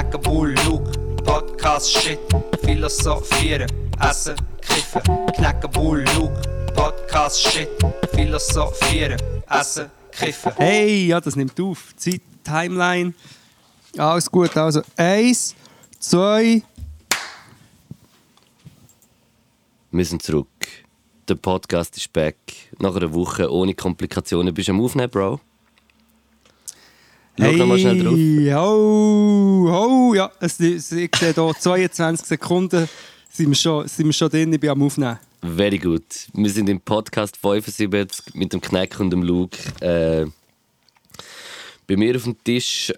Knacken, Bull, Luke, Podcast, Shit, Philosophieren, Essen, Kiffen. Knacken, Bull, Luke, Podcast, Shit, Philosophieren, Essen, Kiffen. Hey, ja, das nimmt auf. Zeit, Timeline. Alles gut, also 1, 2... Wir sind zurück. Der Podcast ist back. Nach einer Woche ohne Komplikationen. Bist du am Aufnehmen, Bro? Schau noch mal schnell drauf. Ja, ich sehe hier 22 Sekunden sind wir schon drin, ich bin am Aufnehmen. Very good. Wir sind im Podcast 75 mit dem Kneck und dem Luke. Bei mir auf dem Tisch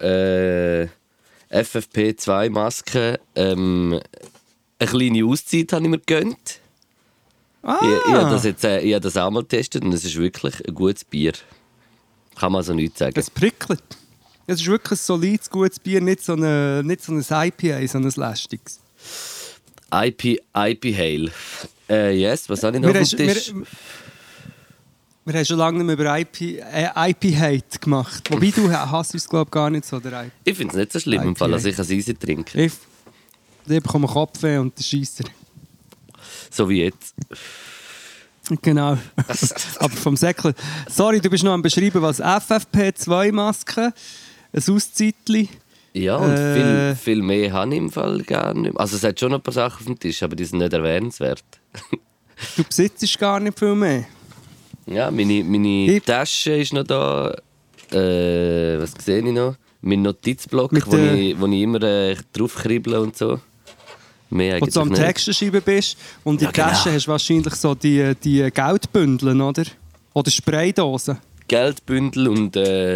FFP2-Maske. Eine kleine Auszeit habe ich mir gegönnt. Ich habe das auch mal getestet und es ist wirklich ein gutes Bier. Kann man so nichts sagen. Es prickelt. Es ist wirklich ein solides, gutes Bier, nicht so ein IPA, sondern ein lästiges. IP Hale. Yes, was habe ich noch auf dem Tisch? Wir haben schon lange nicht mehr über IP-Hate gemacht. Wobei du hast es, glaube ich, gar nicht so. Der ich finde es nicht so schlimm, im Fall, als ich ein Easy trinke. Ich bekomme Kopfweh und den Scheisser. So wie jetzt. Genau. Aber vom Säckler. Sorry, du bist noch am Beschreiben, was FFP2-Maske, ein Auszeitchen. Ja, und viel mehr habe ich im Fall gar nicht. Also es hat schon noch ein paar Sachen auf dem Tisch, aber die sind nicht erwähnenswert. Du besitzt gar nicht viel mehr. Ja, meine Tasche ist noch da. Was sehe ich noch? Mein Notizblock, wo ich immer draufkribbele und so. Mehr wo du am Texten schreiben bist und in der Tasche hast du wahrscheinlich so die Geldbündel, oder? Oder Spraydosen. Geldbündel und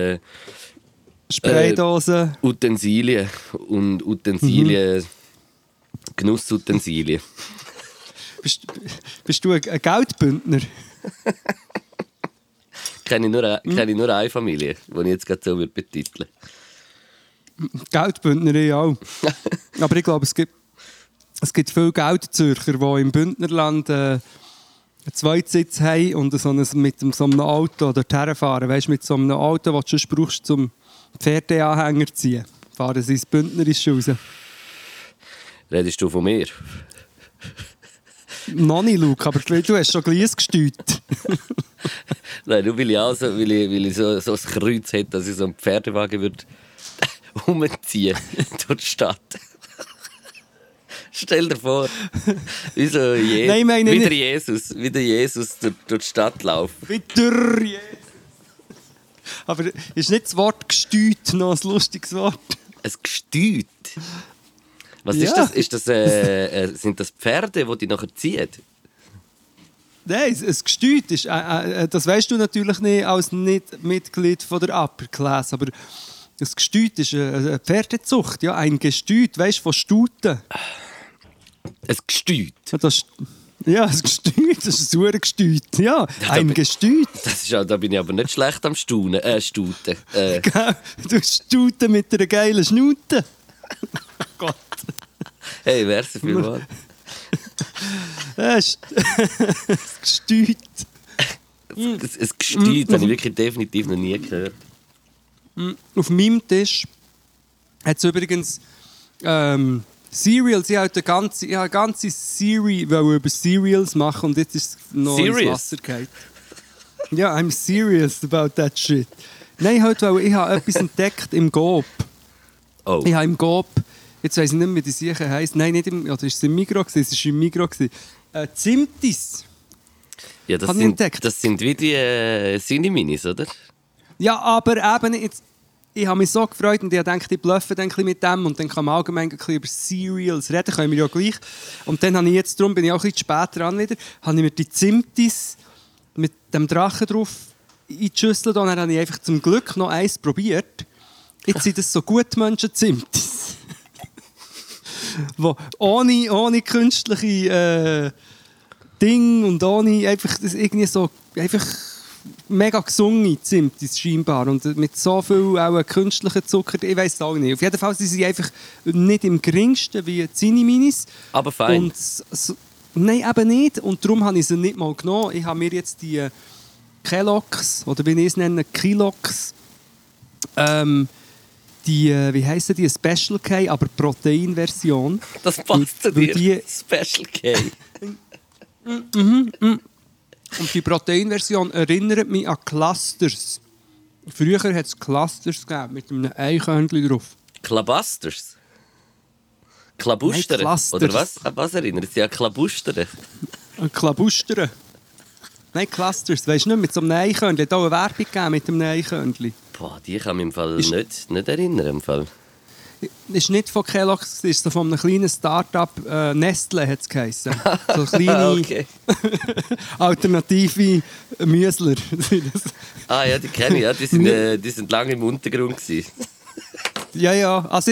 Spraydosen. Utensilien und Genussutensilien. Bist du ein Geldbündner? Kenne ich nur eine Familie, die ich jetzt gerade so betiteln würde. Geldbündner, ja auch. Aber ich glaube, es gibt viele Geldzürcher, die im Bündnerland einen Zweitsitz haben und mit so einem Auto dorthin fahren. Weißt du, mit so einem Auto, das du sonst brauchst, zum Pferdeanhänger zu ziehen. Fahren sie ins Bündnerische raus. Redest du von mir? Noch nicht, Luke, aber du hast schon Glies gesteuert. Nein, nur weil ich so ein Kreuz hätte, dass ich so einen Pferdewagen würde umziehen durch die Stadt. Stell dir vor, wie so wieder Jesus durch die Stadt laufen. Wieder Jesus. Aber ist nicht das Wort «gestüt» noch ein lustiges Wort? Ein Gestüt? Was ist das? Sind das Pferde, die nachher ziehen? Nein, ein Gestüt ist, das weißt du natürlich nicht als Nicht-Mitglied von der Upper Class, aber ein Gestüt ist eine Pferdezucht, ja, ein Gestüt, weißt du, von Stuten. Ein Gestüt? Ein Gestüt, das ist ein Gestüt, ja, ein Gestüt. Da bin ich aber nicht schlecht am Stuten. Du Stuten mit einer geilen Schnute. Gott. Hey, merci vielmals. Das Gestüt. Ein Gestüt habe ich wirklich definitiv noch nie gehört. Auf meinem Tisch hat es übrigens Cereals. Ich habe eine ganze Serie über Cereals machen und jetzt ist es noch ins Wasser gefallen. Ja, I'm serious about that shit. Nein, ich habe etwas entdeckt im Coop. Oh. Ich habe im Coop, jetzt weiss ich nicht mehr, wie die Sache heisst. Nein, nicht oder ist es im Migros? Es war im Migros. Zimtis. Ja, das sind wie die Cineminis, oder? Ja, aber eben jetzt. Ich habe mich so gefreut und ich dachte, ich bluffe dann ein mit dem und dann kann man allgemein ein bisschen über Cereals reden, können wir ja gleich. Und dann habe ich jetzt, darum bin ich auch ein bisschen später dran wieder, habe ich mir die Zimtis mit dem Drachen drauf in die Schüssel und dann habe ich einfach zum Glück noch eins probiert. Jetzt sind das so Gutmenschen-Zimtis. Wo ohne künstliche Dinge und ohne einfach das irgendwie so einfach mega gesungen Zimtis scheinbar und mit so viel auch künstlichen Zucker, ich weiß es auch nicht. Auf jeden Fall sind sie einfach nicht im geringsten wie Cineminis. Aber fein. Nein, eben nicht. Und darum habe ich sie nicht mal genommen. Ich habe mir jetzt die Kellogg's, oder wie ich es nenne, Kellogg's, die wie heissen die? Special K, aber Proteinversion. Das passt zu dir. Special K. Und die Proteinversion erinnert mich an Clusters. Früher hat es Clusters gegeben, mit einem Eichhörnchen drauf. Klabusters? Klabustern? Oder was? An was erinnert Sie an Klabustern? An Klabustern? Nein, Clusters. Weisst du nicht, mit so einem Eichhörnchen. Es hat auch eine Werbung gegeben mit einem Eichhörnchen. Boah, die kann mich im Fall nicht erinnern. Im Fall. Ist nicht von Kellogg's, es ist so von einem kleinen Start-up, Nestle hat es geheissen. So kleine Okay. alternative Müsler. Ja, die kenne ich. Ja. Die sind lange im Untergrund gewesen. Ja. Also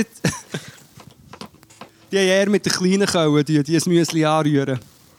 die haben eher mit den kleinen Kauen, die das Müsli anrühren.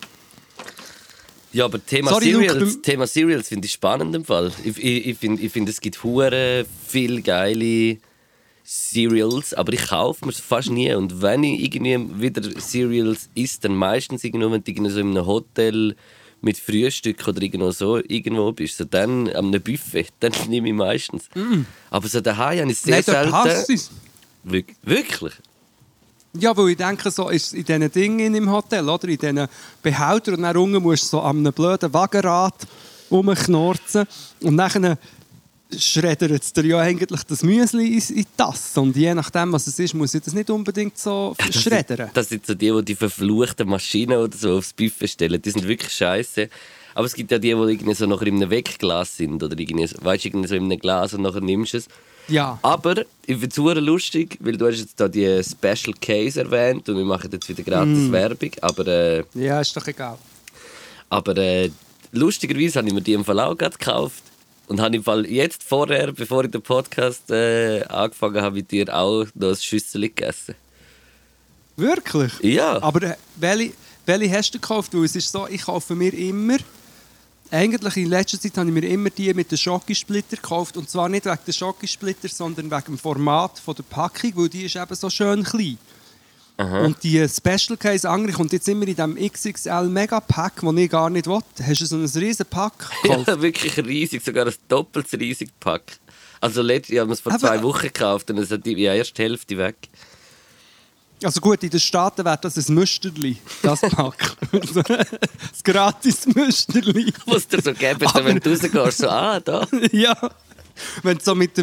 Ja, aber Thema Cereals finde ich spannend im Fall. Ich finde, es gibt hure viel geile Cereals, aber ich kaufe mir fast nie. Und wenn ich irgendwie wieder Cereals esse, dann meistens irgendwo, wenn du irgendwo so in einem Hotel mit Frühstück oder irgendwo bist, so dann an einem Buffet, dann nehme ich meistens. Aber so daheim habe ich sehr selten... Wirklich? Ja, weil ich denke, so ist in diesen Dingen im Hotel, oder? In diesen Behältern, und dann unten musst du so an einem blöden Wagenrad rumknorzen und dann schreddert es dir ja eigentlich das Müsli in die Tasse. Und je nachdem, was es ist, muss ich das nicht unbedingt so schreddern. Das sind so die verfluchten Maschinen oder so aufs Buffet stellen. Die sind wirklich scheiße. Aber es gibt ja die irgendwie so nachher in einem Wegglas sind. Oder irgendwie, weißt, irgendwie so in einem Glas und nachher nimmst du es. Ja. Aber ich finde es super lustig, weil du hast jetzt da die Special Case erwähnt und wir machen jetzt wieder gratis Werbung. Aber, ja, ist doch egal. Aber lustigerweise habe ich mir die im Fall auch gerade gekauft. Und habe im Fall jetzt vorher, bevor ich den Podcast angefangen habe, mit dir auch noch ein Schüssel gegessen. Wirklich? Ja. Aber welche hast du gekauft? Weil es ist so, ich kaufe mir immer... Eigentlich in letzter Zeit habe ich mir immer die mit den Schokosplitter gekauft. Und zwar nicht wegen den Schokosplitter, sondern wegen dem Format der Packung, weil die ist eben so schön klein. Aha. Und die Special Case Angri kommt jetzt immer in diesem XXL Mega Pack, den ich gar nicht will. Hast du so einen riesen Pack gekauft? Ja, wirklich riesig, sogar ein doppelt riesig Pack. Also ich habe es vor 2 Wochen gekauft und es hat die erste Hälfte weg. Also gut, in den Staaten wäre das ein Müsterli, das Pack. Das gratis Müsterli. Was dir so geben, wenn du rausgehst, so, da. Ja. Wenn du so mit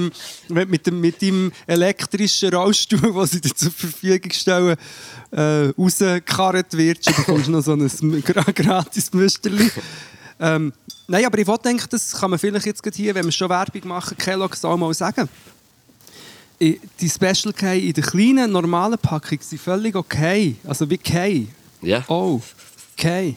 dem elektrischen Rollstuhl, den sie dir zur Verfügung stellen, rausgekarrt wirst, dann bekommst du noch so ein gratis Müsterli. Nein, aber ich denke, das kann man vielleicht jetzt hier, wenn wir schon Werbung machen, Kellogg's auch mal sagen. Die Special K in der kleinen, normalen Packung sind völlig okay. Also wie K. Ja. Oh, K.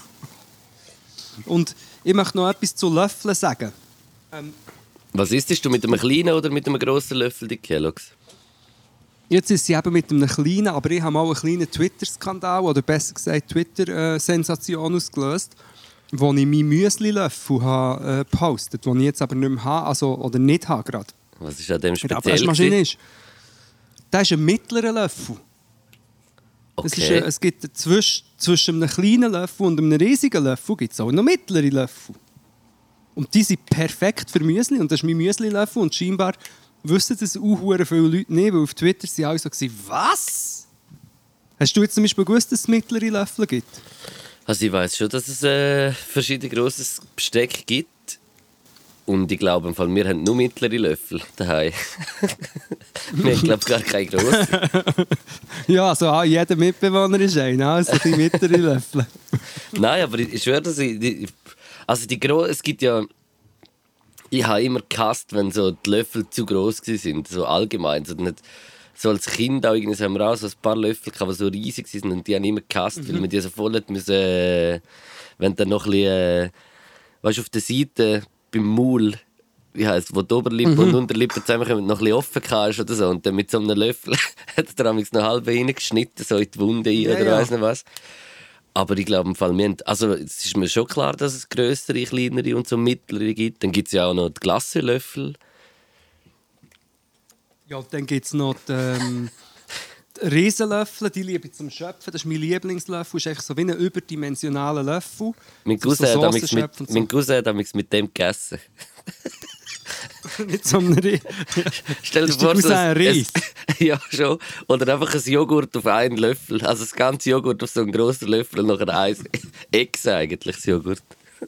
Und ich möchte noch etwas zu Löffeln sagen. Was isst du, mit einem kleinen oder mit einem grossen Löffel die Kellogg's? Jetzt ist sie eben mit einem kleinen, aber ich habe mal einen kleinen Twitter-Skandal, oder besser gesagt Twitter-Sensation ausgelöst, wo ich meinen Müsli-Löffel gepostet habe, den ich jetzt aber nicht mehr habe, oder nicht habe gerade. Was ist an dem speziell? Das ist ein mittlerer Löffel. Okay. Es gibt zwischen einem kleinen Löffel und einem riesigen Löffel gibt es auch noch mittlere Löffel. Und die sind perfekt für Müsli. Und das ist mein Müsli-Löffel. Und scheinbar wissen das auch viele Leute nicht, weil auf Twitter waren alle so, was? Hast du jetzt zum Beispiel gewusst, dass es mittlere Löffel gibt? Also ich weiss schon, dass es verschiedene grosses Besteck gibt. Und ich glaube, im Fall, wir haben nur mittlere Löffel daheim. Wir haben, glaube ich, gar keine grossen. Ja, also jeder Mitbewohner ist einer, also die mittlere Löffel. Nein, aber ich schwöre, dass es gibt ja... Ich habe immer gehasst, wenn so die Löffel zu gross waren, so allgemein. So als Kind auch, irgendwie, haben wir auch so ein paar Löffel, die so riesig sind und die haben immer gehasst, weil wir die so voll müssen... wenn dann noch ein bisschen... weißt du, auf der Seite... beim Maul, wie heisst, wo die Oberlippe und Unterlippe zusammenkommen, noch ein bisschen offen kannst oder so. Und dann mit so einem Löffel hat er noch halb reingeschnitten, so in die Wunde oder weiss nicht was. Aber ich glaube, im Fall, also es ist mir schon klar, dass es grössere, kleinere und so mittlere gibt. Dann gibt es ja auch noch die Glacelöffel. Ja, und dann gibt es noch die Riesenlöffel, die liebe ich zum Schöpfen. Das ist mein Lieblingslöffel. Das ist einfach so wie ein überdimensionaler Löffel. Mein Cousin hat damals mit dem gegessen. Mit so einem Reis. Stell dir vor, so ein Reis. Ja, schon. Oder einfach ein Joghurt auf einen Löffel. Also das ganze Joghurt auf so einen grossen Löffel und nachher eins. Echse eigentlich, das Joghurt.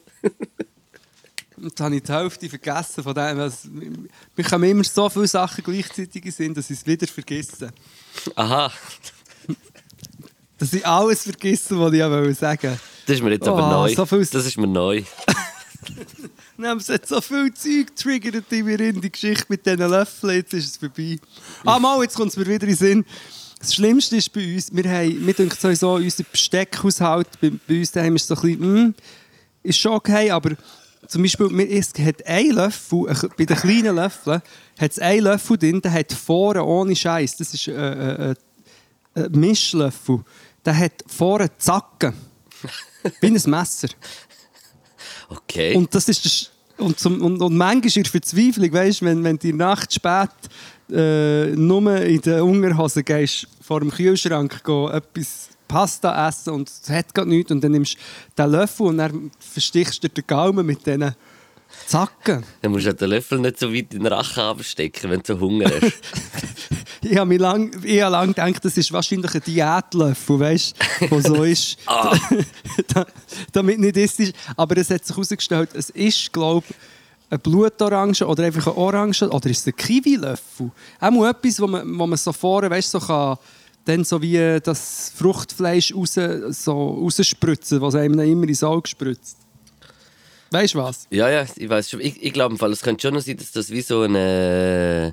Und dann habe ich die Hälfte vergessen von dem. Mir kommen immer so viele Sachen gleichzeitig sind, dass ich es wieder vergesse. Aha. Dass ich alles vergesse, was ich sagen wollte. Das ist mir jetzt aber neu. So das ist mir neu. Nein, es hat so viel Zeug getriggert in mir in die Geschichte mit diesen Löffeln. Jetzt ist es vorbei. Jetzt kommt es mir wieder in den Sinn. Das Schlimmste ist bei uns, wir denken sowieso, unser Besteckhaushalt, bei uns daheim ist so ein bisschen, ist schon okay, aber zum Beispiel, es hat ein Löffel, bei den kleinen Löffeln, hat es einen Löffel drin, der hat vorne ohne Scheiß, das ist ein Mischlöffel, der hat vorne Zacken. Wie ein Messer. Okay. Und das ist und manchmal ist in der Verzweiflung, weißt, wenn die Nacht spät nur in den Unterhosen gehst, vor dem Kühlschrank etwas Pasta essen und es hat gar nichts und dann nimmst du den Löffel und dann verstichst du den Gaumen mit diesen Zacken. Dann musst du den Löffel nicht so weit in den Rachen abstecken, wenn du so Hunger hast. Ich habe lange gedacht, das ist wahrscheinlich ein Diätlöffel, weißt du, der so ist, damit nicht isst. Aber es hat sich herausgestellt, es ist, glaube ich, eine Blutorange oder einfach eine Orange oder ist es ein Kiwi-Löffel? Auch etwas, wo man so vorne, weißt, so kann, dann so wie das Fruchtfleisch rausspritzen, was einem immer ins Auge spritzt. Weißt du was? Ja, ich weiß schon. Ich glaube, es könnte schon noch sein, dass das wie so ein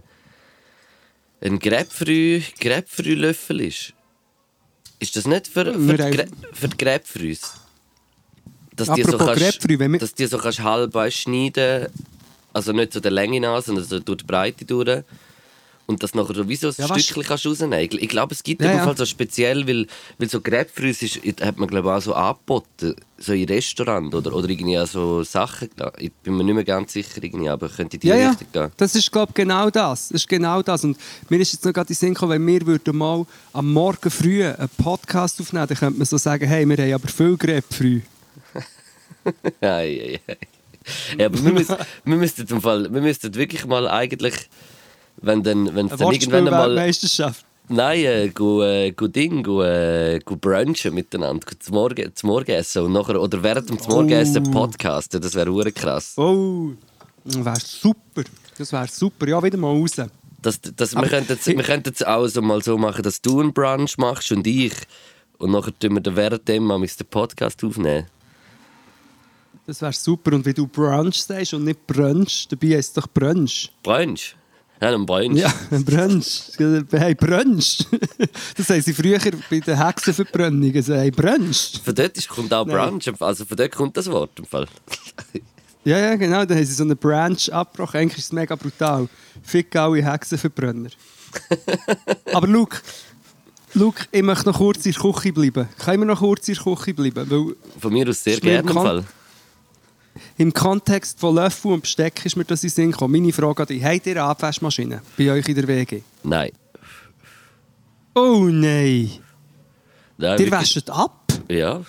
Grapefruit-Löffel ist. Ist das nicht für die Grapefruits? Dass die so kannst halb schneiden, also nicht so der Länge nach, sondern so durch die Breite durch. Und das nachher so wie so ein Stückchen kannst rausnehmen. Ich glaube, es gibt Fall so speziell, weil so Grapefruits hat man glaube ich auch so angeboten, so in Restaurants oder irgendwie auch so Sachen. Ich bin mir nicht mehr ganz sicher, irgendwie, aber könnte in die Richtung gehen. Das ist glaube ich genau das. Das ist genau das. Und mir ist jetzt noch gerade in den Sinn gekommen, wenn wir würden mal am Morgen früh einen Podcast aufnehmen, dann könnte man so sagen, hey, wir haben aber viel Grapefruit. Ja, aber wir müssten wirklich mal eigentlich, wenn dann irgendwann mal Meisterschaft. Nein, go brunchen miteinander, zum Morgenessen und nachher, oder während dem Morgenessen podcasten, das wäre hure krass. Oh, das wäre super. Ja, wieder mal raus. Wir könnten es auch mal so machen, dass du einen Brunch machst und ich, und nachher tun wir währenddem mal den Podcast aufnehmen. Das wäre super. Und wie du Brunch sagst und nicht Brunch, dabei heisst es doch Brunch. Brunch? Ja, ein Brunch. Ja, ein Brunch. Hey, Brunch. Das haben sie früher bei den Hexenverbrennungen. Hey, Brunch. Von dort kommt auch Brunch. Also von dort kommt das Wort im Fall. Ja, genau. Dann haben sie so einen Branch abgebrochen. Eigentlich ist es mega brutal. Fick alle Hexenverbrenner. Aber Luke, ich möchte noch kurz in der Küche bleiben. Können wir noch kurz in der Küche bleiben? Weil von mir aus sehr gerne im Fall. Im Kontext von Löffel und Besteck ist mir das in den Sinn gekommen. Meine Frage an dich: habt ihr eine Abwaschmaschine bei euch in der WG? Nein. Oh nein! Ihr wäscht ab? Ja.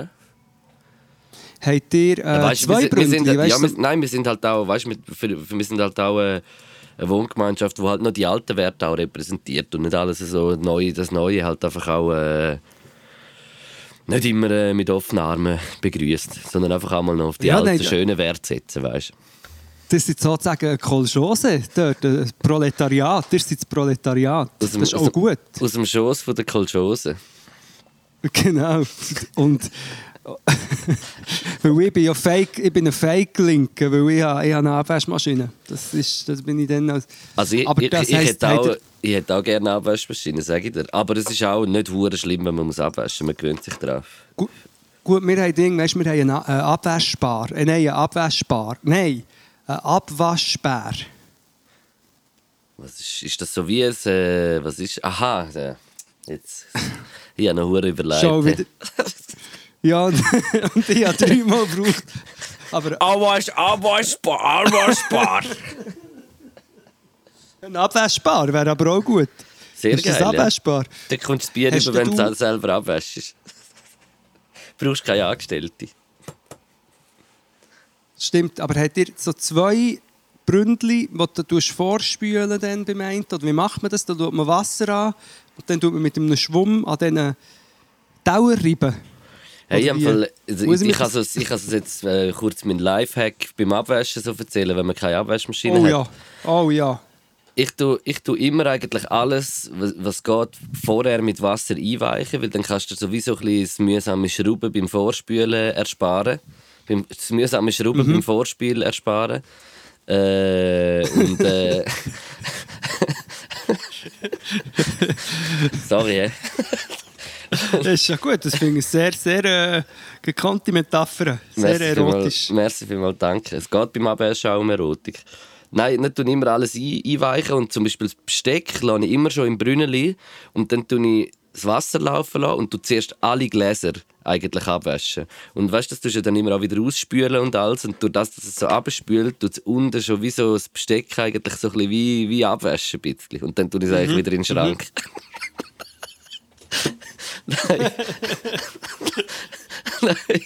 Habt ihr zwei Bründchen? Nein, wir sind halt auch, weißt, wir sind halt auch eine Wohngemeinschaft, die halt noch die alten Werte auch repräsentiert und nicht alles so das Neue halt einfach auch nicht immer mit offenen Armen begrüßt, sondern einfach auch mal noch auf die alten, schönen Werte setzen, weißt. Das ist sozusagen eine Kolchose, dort, ein Proletariat. Ihr seid das Proletariat. Das ist auch gut. Aus dem Schoss von der Kolchose. Genau. Und weil ich bin ja ein Fake-Linke, weil ich habe eine Abwaschmaschine. Das bin ich dann also ich hätte auch gerne eine Abwaschmaschine, sage ich dir. Aber es ist auch nicht hure schlimm, wenn man muss abwaschen. Man gewöhnt sich drauf. Gut, wir haben einen Abwaschbar. Nein, ein Abwaschbär. Was ist das so wie ein... was ist... Aha, jetzt... Ich habe noch hure überlegt. Schau wieder. Ja, und ich habe 3-mal gebraucht. Aber Abwaschbar. Ein Abwaschbar wäre aber auch gut. Sehr ist geil. Das abwaschbar? Ja. Dann kommst du das Bier über, wenn du selber abwäschst. Du brauchst keine Angestellte. Stimmt, aber habt ihr so 2 Bründli, das du vorspülen dann beim einen. Oder wie macht man das? Da tut man Wasser an und dann tut man mit einem Schwamm an diesen Tauer reiben. Hey, ich kann es jetzt kurz meinen Lifehack beim Abwaschen so erzählen, wenn man keine Abwaschmaschine hat. Oh ja. Ich tue immer eigentlich alles, was geht, vorher mit Wasser einweichen, weil dann kannst du sowieso ein bisschen das mühsame Schrauben beim Vorspülen ersparen. Das mühsame Schrauben beim Vorspielen ersparen. Sorry, Das ist ja gut, das finde ich sehr, sehr gekannte Metapher. Sehr erotisch. Merci vielmals, danke. Es geht beim Abwaschen auch um Erotik. Nein, nicht immer alles einweichen und zum Beispiel das Besteck lasse ich immer schon im Brünneli und dann tue ich das Wasser laufen lassen und du zuerst alle Gläser eigentlich abwaschen. Und weißt du, das tust du dann immer auch wieder ausspülen und alles und durch das, dass es so abspült, tut es unten schon wie so das Besteck eigentlich so ein bisschen wie abwaschen ein bisschen. Und dann tue ich es eigentlich wieder in den Schrank. Nein. Nein.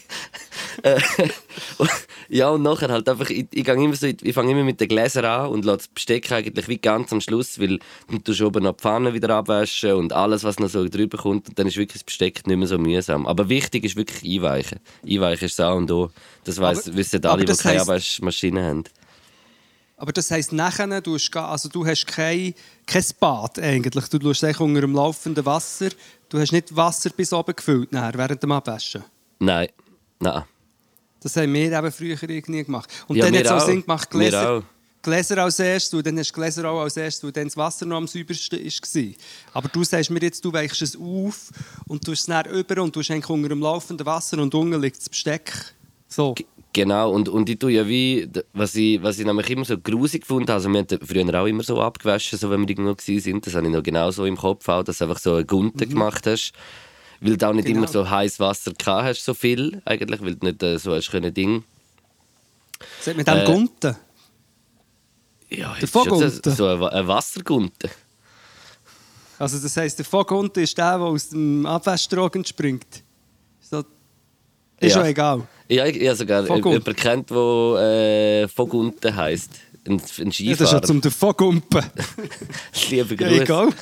Ja, und nachher halt einfach, ich fange immer mit den Gläsern an und lasse das Besteck eigentlich wie ganz am Schluss, weil du tust oben noch die Pfanne wieder abwaschen und alles, was noch so drüber kommt, und dann ist wirklich das Besteck nicht mehr so mühsam. Aber wichtig ist wirklich einweichen. Einweichen ist A und O. Das wissen alle, die keine Abwaschmaschine haben. Aber das heisst, nachher, du hast kein Bad eigentlich. Du tust es unter dem laufenden Wasser. Du hast nicht Wasser bis oben gefüllt während dem Abwaschen. Nein. Das haben wir eben früher irgendwie gemacht. Und ja, dann hat es auch Sinn gemacht, Gläser als erstes, und dann hast du Gläser auch als erstes, weil dann das Wasser noch am saubersten war. Aber du sagst mir jetzt, du weichst es auf und tust es dann über und du hast eigentlich unter dem laufenden Wasser und unten liegt das Besteck. So. Genau, und ich tue ja wie, was ich nämlich immer so grusig gefunden habe, also wir haben früher auch immer so abgewaschen, so wenn wir irgendwo waren, das habe ich noch genau so im Kopf, auch, dass du einfach so eine Gunte gemacht hast. Weil du auch nicht immer so heißes Wasser gehabt hast, so viel eigentlich, weil du nicht so ein Ding. Sagt mit dem Gunten? Ja, der Vogunte? So eine Wassergunte. Also das heisst, der Vogunte ist der aus dem Abwaschtrogen springt? So, ist schon egal. Ja, ich habe sogar jemanden kennt, der Vogunte heisst. Ein Skifahrer. Ja, das ist ja zum den Vogumpen. Liebe Grüße. Ja, egal.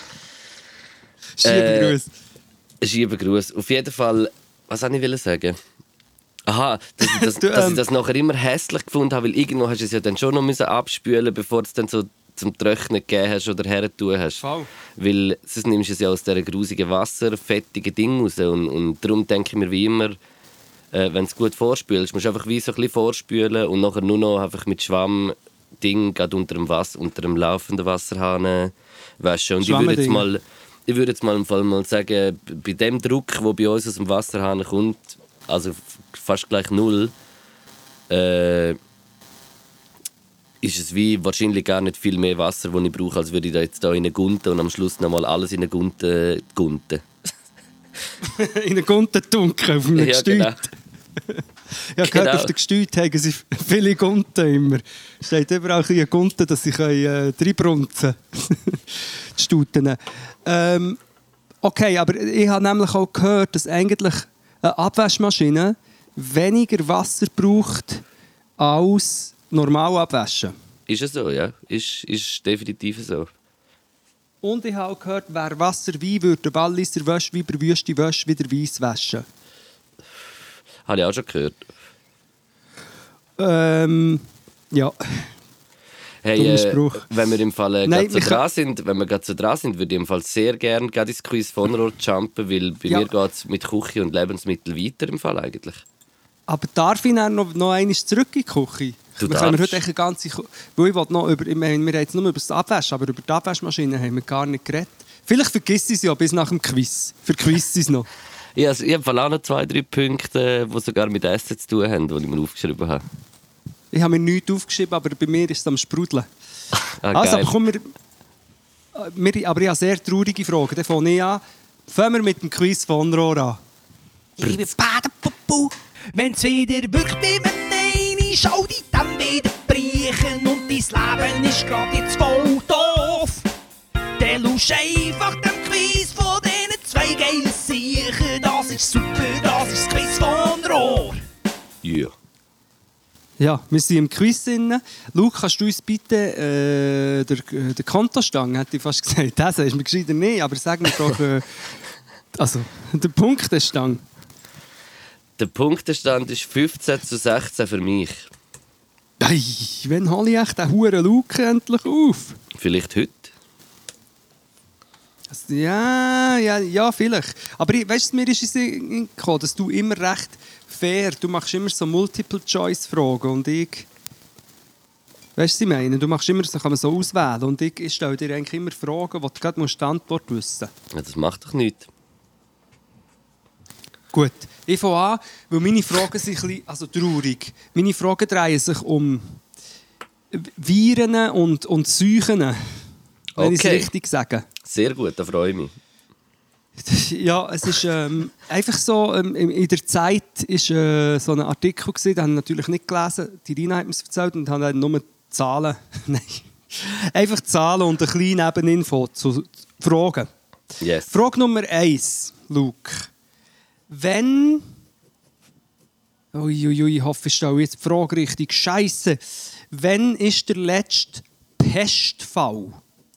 Liebe Gruß. Auf jeden Fall, was wollte ich sagen? Aha, dass ich das nachher immer hässlich gefunden habe, weil irgendwo hast du es ja dann schon noch abspülen, bevor du es dann so zum Trocknen gegeben hast oder hertun hast. Voll. Weil sonst nimmst du es ja aus dieser grusigen Wasser, fettigen Ding raus. Und darum denke ich mir wie immer, wenn du es gut vorspülst, musst du einfach wie so ein bisschen vorspülen und nachher nur noch einfach mit Schwamm-Ding unter dem laufenden Wasserhahn waschen. Und ich würde jetzt mal sagen, bei dem Druck, der bei uns aus dem Wasserhahn kommt, also fast gleich 0, ist es wie wahrscheinlich gar nicht viel mehr Wasser, das ich brauche, als würde ich da jetzt in eine Gunte und am Schluss noch mal alles in eine Gunte. In eine Gunte tunken, auf einem Gestüt. Genau. Ja, gehört, auf der Gestüt haben sie viele Gunten immer. Es steht überall eine Gunte, dass sie reinbrunzen können. Die Stuten. Okay, aber ich habe nämlich auch gehört, dass eigentlich eine Abwaschmaschine weniger Wasser braucht als normal abwaschen. Ist es so, ja. Ist definitiv so. Und ich habe auch gehört, wer Wasser Wein würde, der Walliser Wäsche, wie der Wüste Wäsche, wieder Weiss waschen. Habe ich auch schon gehört. Ja. Hey, wenn wir im Fall gerade so dran sind, würde ich im Fall sehr gerne ins Quiz von Rohr jumpen, weil bei mir geht es mit Küche und Lebensmitteln weiter im Fall eigentlich. Aber darf ich dann noch einmal zurück in die Küche? Wir können heute eine ganze weil ich noch wir reden jetzt nur über das Abwaschen, aber über die Abwaschmaschine haben wir gar nicht geredet. Vielleicht vergiss ich es ja bis nach dem Quiz. Verquiss ich es noch. Ich habe auch noch 2-3 Punkte, die sogar mit Essen zu tun haben, die ich mir aufgeschrieben habe. Ich habe mir nichts aufgeschrieben, aber bei mir ist es am Sprudeln. Also, aber kommen aber ich habe sehr traurige Fragen. Dann fange ich an. Fangen wir mit dem Quiz von Rohr an. Liebe Badenpupu, wenn es wieder wirkt wie eine schau dich dann wieder brechen und dein Leben ist gerade jetzt voll doof. Dann lusch einfach dem Quiz von diesen 2 geilen Siechen. Das ist super, das ist das Quiz von Rohr. Yeah. Ja, wir sind im Quiz drin. Luke, kannst du uns bitte den Kontostand, hätte ich fast gesagt. Das ist mir gescheiter nicht, aber sag mir doch den Punktestand. Der Punktestand ist 15-16 für mich. Ei, wann hole ich echt den huren Luke endlich auf? Vielleicht heute. Also, ja, vielleicht. Aber weißt du, mir ist es gekommen, dass du immer recht fair, du machst immer so Multiple-Choice-Fragen und ich... Weißt du, was ich meine? Du machst immer, so kann man so auswählen und ich stelle dir eigentlich immer Fragen, wo du gerade die Antwort wissen musst. Ja, das macht doch nichts. Gut, ich fange an, weil meine Fragen sind ein bisschen traurig. Meine Fragen drehen sich um Viren und Seuchen, wenn ich es richtig sage. Sehr gut, da freue ich mich. Ja, es ist einfach so, in der Zeit war so ein Artikel, den habe ich natürlich nicht gelesen. Die Rina hat mir es erzählt und habe dann nur Zahlen, nein, einfach Zahlen und eine kleine Nebeninfo zu Fragen. Yes. Frage Nummer 1, Luke. Wenn... Uiuiui, ich hoffe, ich stelle jetzt die Frage richtig. Scheisse. Wann ist der letzte Pestfall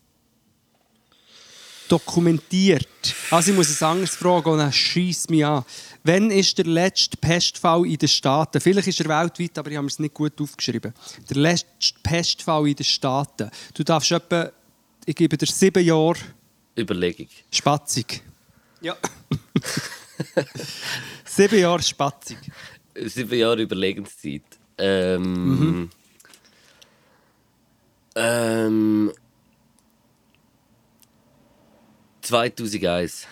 dokumentiert? Also ich muss ein anderes fragen und dann schiesst mich an. Wann ist der letzte Pestfall in den Staaten? Vielleicht ist er weltweit, aber ich habe es nicht gut aufgeschrieben. Der letzte Pestfall in den Staaten. Du darfst etwa, ich gebe dir 7 Jahre Überlegung. Spatzung. Ja. 7 Jahre Spatzung. 7 Jahre Überlegenszeit. 2001.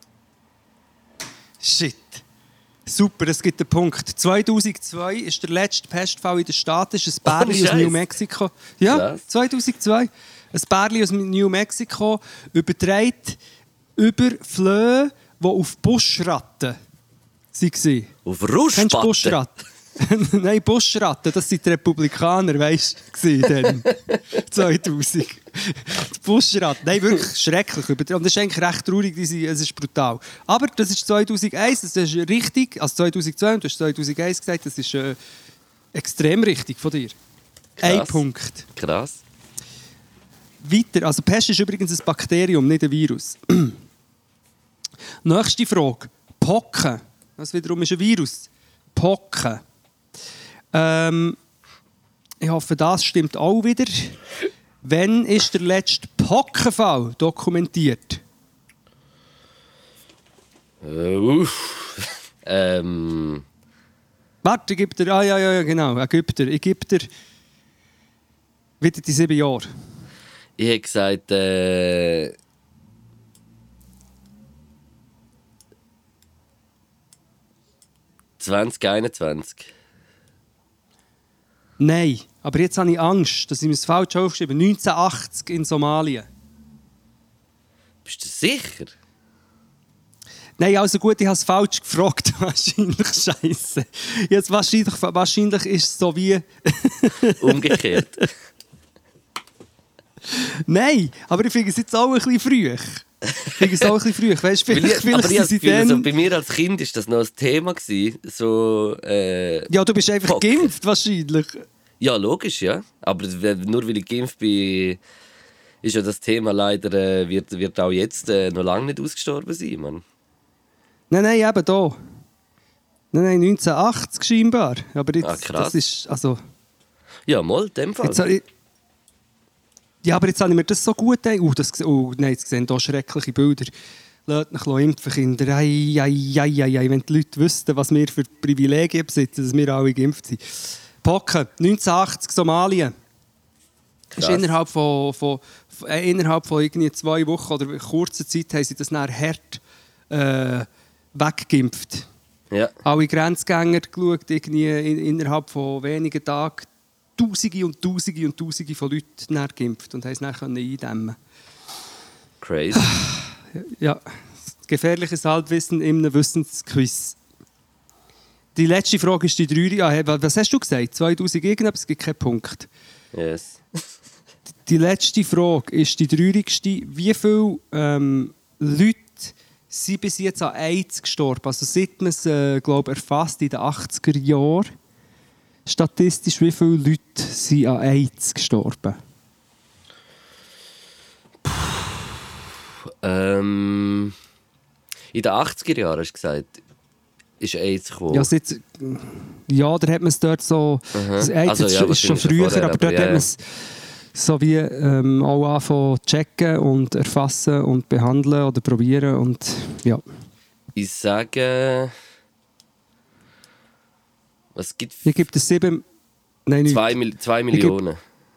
Shit. Super, es gibt einen Punkt. 2002 ist der letzte Pestfall in den Staaten. Das ist ein Bärli aus New Mexico. Ja, Krass. 2002. Ein Bärli aus New Mexico überträgt über Flöhe, die auf Buschratten waren. Auf Rauschspatten? Kennst du Buschratten? Nein, Buschratten, das sind die Republikaner, weißt du, dann 2000. Die Buschratten, nein, wirklich schrecklich. Und das ist eigentlich recht traurig, es ist brutal. Aber das ist 2001, das ist richtig, also 2002 und du hast 2001 gesagt, das ist extrem richtig von dir. Krass. Ein Punkt. Krass. Weiter, also Pest ist übrigens ein Bakterium, nicht ein Virus. Nächste Frage. Pocken. Das wiederum ist ein Virus. Pocken. Ich hoffe, das stimmt auch wieder. Wann ist der letzte Pockenfall dokumentiert? Warte, ich gebe dir... ja, genau. Ägypter. Ich gebe dir wieder die 7 Jahre. Ich habe gesagt, 2021. Nein, aber jetzt habe ich Angst, dass ich mir das falsch aufgeschrieben habe. 1980 in Somalia. Bist du sicher? Nein, also gut, ich habe es falsch gefragt. Wahrscheinlich scheiße. Jetzt wahrscheinlich ist es so wie... Umgekehrt. Nein, aber ich finde es jetzt auch ein bisschen früh. Weißt, Also bei mir als Kind war das noch ein Thema. So, ja, du bist einfach geimpft, wahrscheinlich. Ja, logisch, ja. Aber nur weil ich geimpft bin, ist ja das Thema leider, wird auch jetzt noch lange nicht ausgestorben sein, Mann. Nein, eben da. Nein, 1980 scheinbar. Aber jetzt, krass. Das ist, also... Ja, mal, in dem Fall. Ja, aber jetzt habe ich mir das so gut gedacht. Nein, jetzt sehen hier schreckliche Bilder. Lasst mich impfen, Kinder. Ei. Wenn die Leute wüssten, was wir für Privilegien besitzen, dass wir alle geimpft sind. Pocken, 1980 Somalia. Ist innerhalb von irgendwie 2 Wochen oder kurzer Zeit haben sie das dann hart weggeimpft. Ja. Alle Grenzgänger geschaut, irgendwie innerhalb von wenigen Tagen Tausende und Tausende von Leuten geimpft und haben es dann eindämmen. Crazy. Ja, gefährliches Halbwissen in einem Wissensquiz. Die letzte Frage ist die 3. Was hast du gesagt? 2000 irgendetwas, es gibt keinen Punkt. Yes. Die letzte Frage ist die 3. Wie viele Leute sind bis jetzt an AIDS gestorben? Also seit man es, erfasst in den 80er Jahren, statistisch, wie viele Leute sind an AIDS gestorben? In den 80er Jahren hast du gesagt, ist AIDS gekommen. Ja, da hat man es dort so... Das AIDS ist schon früher, vorher, aber dort hat man es so wie auch anfangen zu checken und erfassen und behandeln oder probieren und ja. Ich sage... Was gibt es? Ich gebe das 7... Nein, 2 Millionen.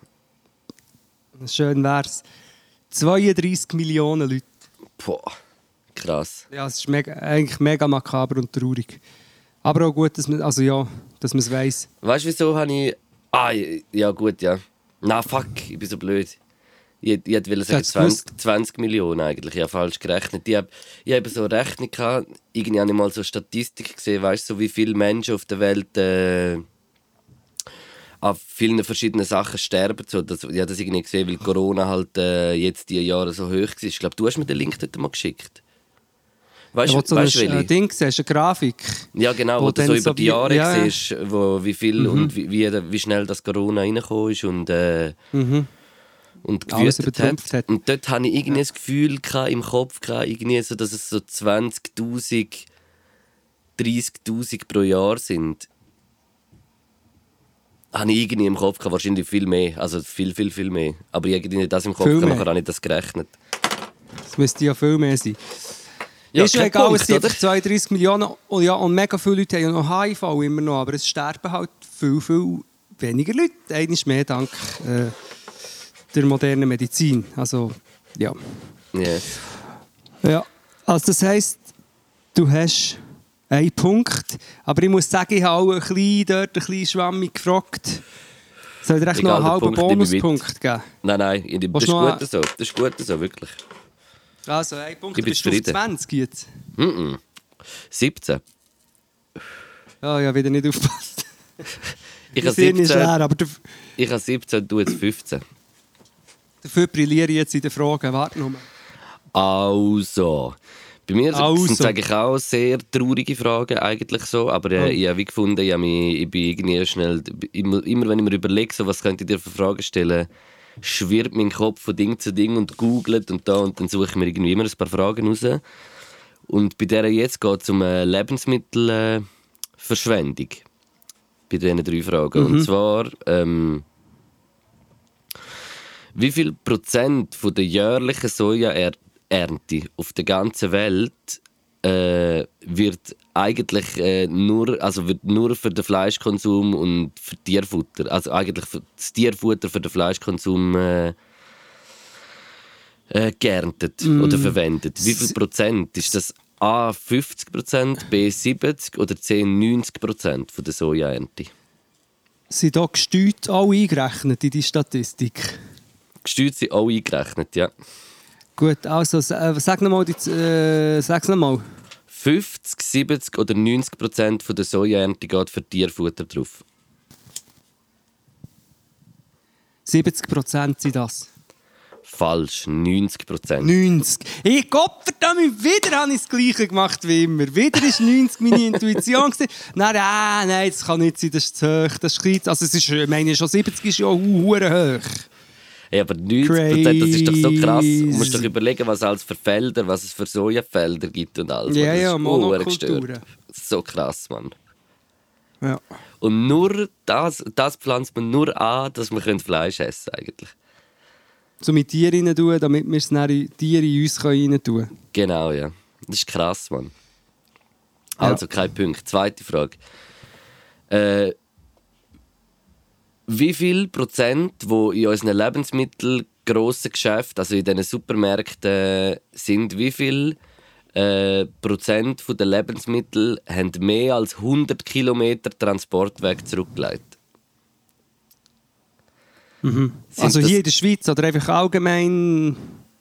Schön wär's. 32 Millionen Leute. Boah, krass. Ja, es ist eigentlich mega makaber und traurig. Aber auch gut, dass man es weiss. Weißt du, wieso habe ich... ja gut, ja. Na fuck, ich bin so blöd. Ich wollte sagen 20 Millionen eigentlich. Ich habe falsch gerechnet. Ich habe so eine Rechnung gehabt. Irgendwie habe ich mal so eine Statistik gesehen, weißt du, so wie viele Menschen auf der Welt an vielen verschiedenen Sachen sterben. So, ich habe das irgendwie gesehen, weil Corona halt jetzt die Jahre so hoch war. Ich glaube, du hast mir den Link dort mal geschickt. Weißt du, so ein Ding siehst, eine Grafik. Ja, genau, wo du so über die Jahre siehst, wie viel und wie schnell das Corona reingekommen ist und gewütet hat. Und dort hatte ich irgendwie das Gefühl im Kopf, irgendwie so, dass es so 20'000, 30'000 pro Jahr sind. Habe ich irgendwie im Kopf, wahrscheinlich viel mehr. Also viel mehr. Aber ich habe das im Kopf, nachher habe ich das gerechnet. Das müsste ja viel mehr sein. Ja, ist ja egal, es sind oder? 32 Millionen und mega viele Leute haben ja noch HIV immer noch, aber es sterben halt viel weniger Leute. Eines mehr dank der modernen Medizin. Also, ja. Yes. Ja, also das heisst, du hast einen Punkt, aber ich muss sagen, ich habe auch ein bisschen schwammig gefragt. Soll ich dir echt noch einen halben Bonuspunkt geben? Nein, das ist gut so. Das ist gut so, wirklich. Also, ein Punkt, ich bin bist du auf 20 jetzt? 17. Ja, ich habe wieder nicht aufgepasst. Ich habe 17, aber ich habe 17, du jetzt 15. Dafür brilliere ich jetzt in den Fragen. Warte nur. Also, bei mir sind es eigentlich auch sehr traurige Fragen, eigentlich so. Aber ich habe gefunden, ich bin irgendwie schnell... Immer wenn ich mir überlege, so, was könnte ich dir für Fragen stellen, schwirrt mein Kopf von Ding zu Ding und googelt und dann suche ich mir irgendwie immer ein paar Fragen raus. Und bei der jetzt geht es um Lebensmittelverschwendung. Bei diesen 3 Fragen. Und zwar, wie viel Prozent von der jährlichen Sojaernte auf der ganzen Welt wird eigentlich nur für den Fleischkonsum und für Tierfutter, also eigentlich für das Tierfutter für den Fleischkonsum geerntet oder verwendet. Wie viel Prozent? Ist das A 50%, B 70% oder C 90% von der Sojaernte? Sind da Gestüte auch eingerechnet in die Statistik? Gestüte sind auch eingerechnet, ja. Gut, also sag's nochmal. 50, 70 oder 90% von der Sojaernte geht für Tierfutter drauf. 70% sind das. Falsch, 90%. 90. Hey, Gottverdammt, wieder habe ich das Gleiche gemacht wie immer. Wieder war 90 meine Intuition. Nein, das kann nicht sein, das ist zu hoch, das ist klein. Also es ist, ich meine, schon 70 ist ja hure hoch. Ja, aber 90%, das ist doch so krass. Du musst doch überlegen, was es für Felder, was es für Sojafelder gibt und alles. Ja, Monokulturen. So krass, Mann. Ja. Und nur das pflanzt man nur an, dass man Fleisch essen kann, eigentlich. So mit Tieren rein tun, damit wir es dann Tiere in uns rein tun können. Genau, ja. Das ist krass, Mann. Also, kein Punkt. Zweite Frage. Wie viel Prozent, die in unseren Lebensmitteln grossen Geschäften, also in diesen Supermärkten sind, wie viel Prozent der Lebensmittel haben mehr als 100 Kilometer Transportweg zurückgelegt? Also hier in der Schweiz oder einfach allgemein?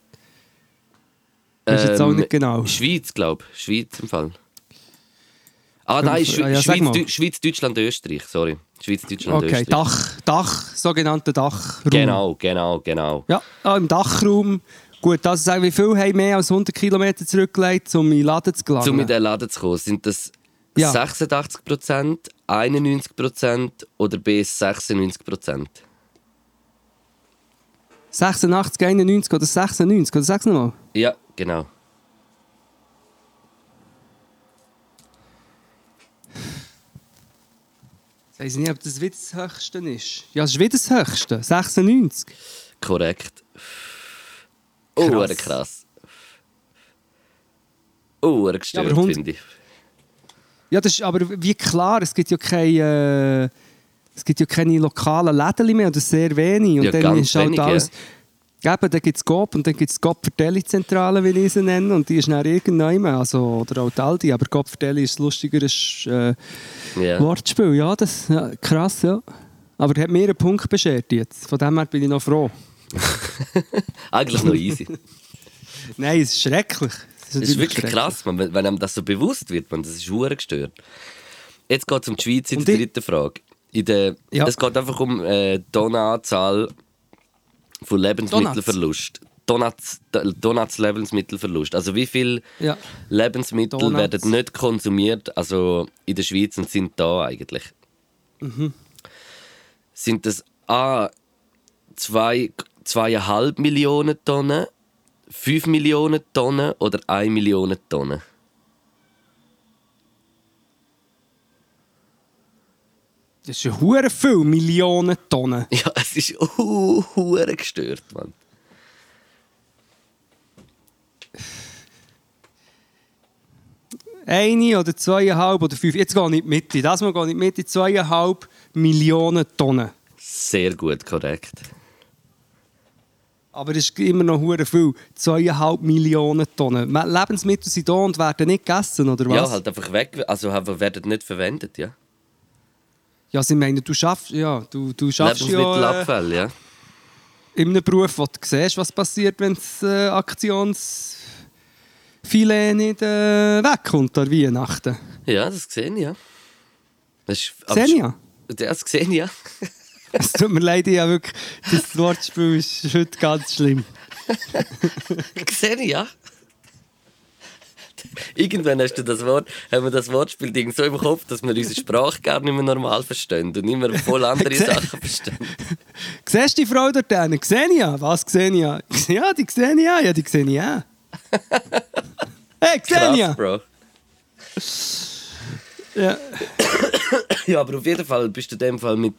Das ist jetzt auch nicht genau. Schweiz, glaube ich. Schweiz im Fall. Nein, Schweiz, Deutschland, Österreich. Sorry. Schweiz, Deutschland, Österreich. Sogenannte Dachraum. Genau. Ja, im Dachraum. Gut, das sagen, wie viel haben mehr als 100 Kilometer zurückgelegt, um in den Laden zu gelangen? Um in den Laden zu kommen, sind das Ja. 86%, 91% oder B 96%? 86, 91 oder 96? Oder sag's nochmal. Ja, genau. Ich weiss nicht, ob das wieder das Höchste ist. Ja, es ist wieder das Höchste. 96. Korrekt. Krass. Krass. Gestört, Ja, aber finde ich. Ja, das ist aber wie klar, es gibt ja keine lokalen Läden mehr, oder sehr wenig. Und Ja, dann ganz ist halt wenig, alles... Eben, dann gibt es GoP und dann gibt es GoP für Deli-Zentrale, wie ich sie nenne, und die ist dann irgendwann, also, oder auch die Aldi, aber GoP für Deli ist ein lustigeres Wortspiel. Ja, das krass, ja. Aber er hat mir einen Punkt beschert jetzt, von dem her bin ich noch froh. Eigentlich noch easy. Nein, es ist schrecklich. Das ist wirklich krass, man, wenn einem das so bewusst wird, man, das ist verdammt gestört. Jetzt geht es um die Schweiz in der dritten Frage. Es geht einfach um die Tonanzahl von Lebensmittelverlust. Donuts Lebensmittelverlust. Also wie viele Lebensmittel werden nicht konsumiert, also in der Schweiz, und sind da eigentlich? Sind das A 2,5 Millionen Tonnen, 5 Millionen Tonnen oder 1 Million Tonnen? Das ist ja hure viel, Millionen Tonnen. Ja, es ist hure gestört, Mann. Eine oder 2,5 oder 5. Jetzt gehe ich in die Mitte. Das Mal gehe ich in die Mitte. 2,5 Millionen Tonnen. Sehr gut, korrekt. Aber es ist immer noch hure viel. 2,5 Millionen Tonnen. Lebensmittel sind da und werden nicht gegessen, oder was? Ja, halt einfach weg, also werden nicht verwendet, ja. Ja, sie meinen, du schaffst ja Lebensmittelabfälle, ja. In einem Beruf, wo du siehst, was passiert, wenn das Aktionsfilet nicht wegkommt an Weihnachten. Ja, das sehe ich, ja. Sehe ich ja? Das sehe ich, ja. Es tut mir leid, ja wirklich, das Wortspiel ist heute ganz schlimm. Sehe ich, ja. Irgendwann haben wir das Wortspiel so im Kopf, dass wir unsere Sprache gar nicht mehr normal verstehen und immer voll andere Sachen verstehen. Siehst du die Frau dort hinten? Xenia? Was, Xenia? Ja, die Xenia. Ja, die Xenia. Hey, Xenia! Krass, Bro. Ja. Ja, aber auf jeden Fall bist du in dem Fall mit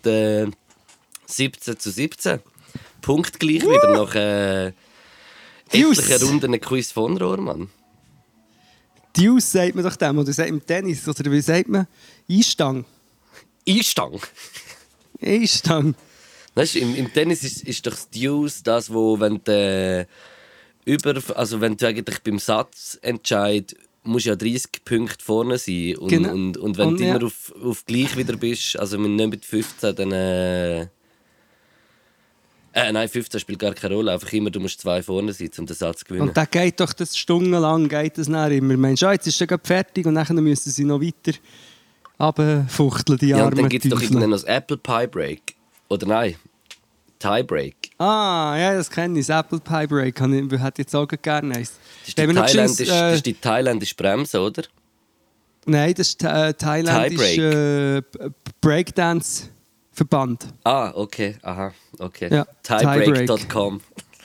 17:17. Punktgleich wieder nach etlichen Runden ein Quiz von Rohr, Mann. Deuce sagt man doch dem, oder sagt man Tennis, oder wie sagt man? Einstang. Einstang? Einstang. Weißt du, im Tennis ist doch das Deuce das, wo wenn du wenn du eigentlich beim Satzentscheid musst ja 30 Punkte vorne sein und, genau. und wenn du immer auf gleich wieder bist, also nicht mit 15, dann nein, 15 spielt gar keine Rolle, einfach immer, du musst 2 vorne sein, um den Satz zu gewinnen. Und dann geht doch das stundenlang, geht das dann immer. Mensch, jetzt ist es gerade fertig und dann müssen sie noch weiter runterfuchteln, die ja, armen und dann gibt es doch Teufel. irgendwann noch das Apple Pie Break. Oder nein, Tie-Break. Ah, ja, das kenne ich, das Apple Pie Break. Ich hätte jetzt auch gerne eins. Das ist die thailändische Bremse, oder? Nein, das ist thailändisch Breakdance-Verband. Ah, okay, aha, okay. Ja, Tiebreak.com.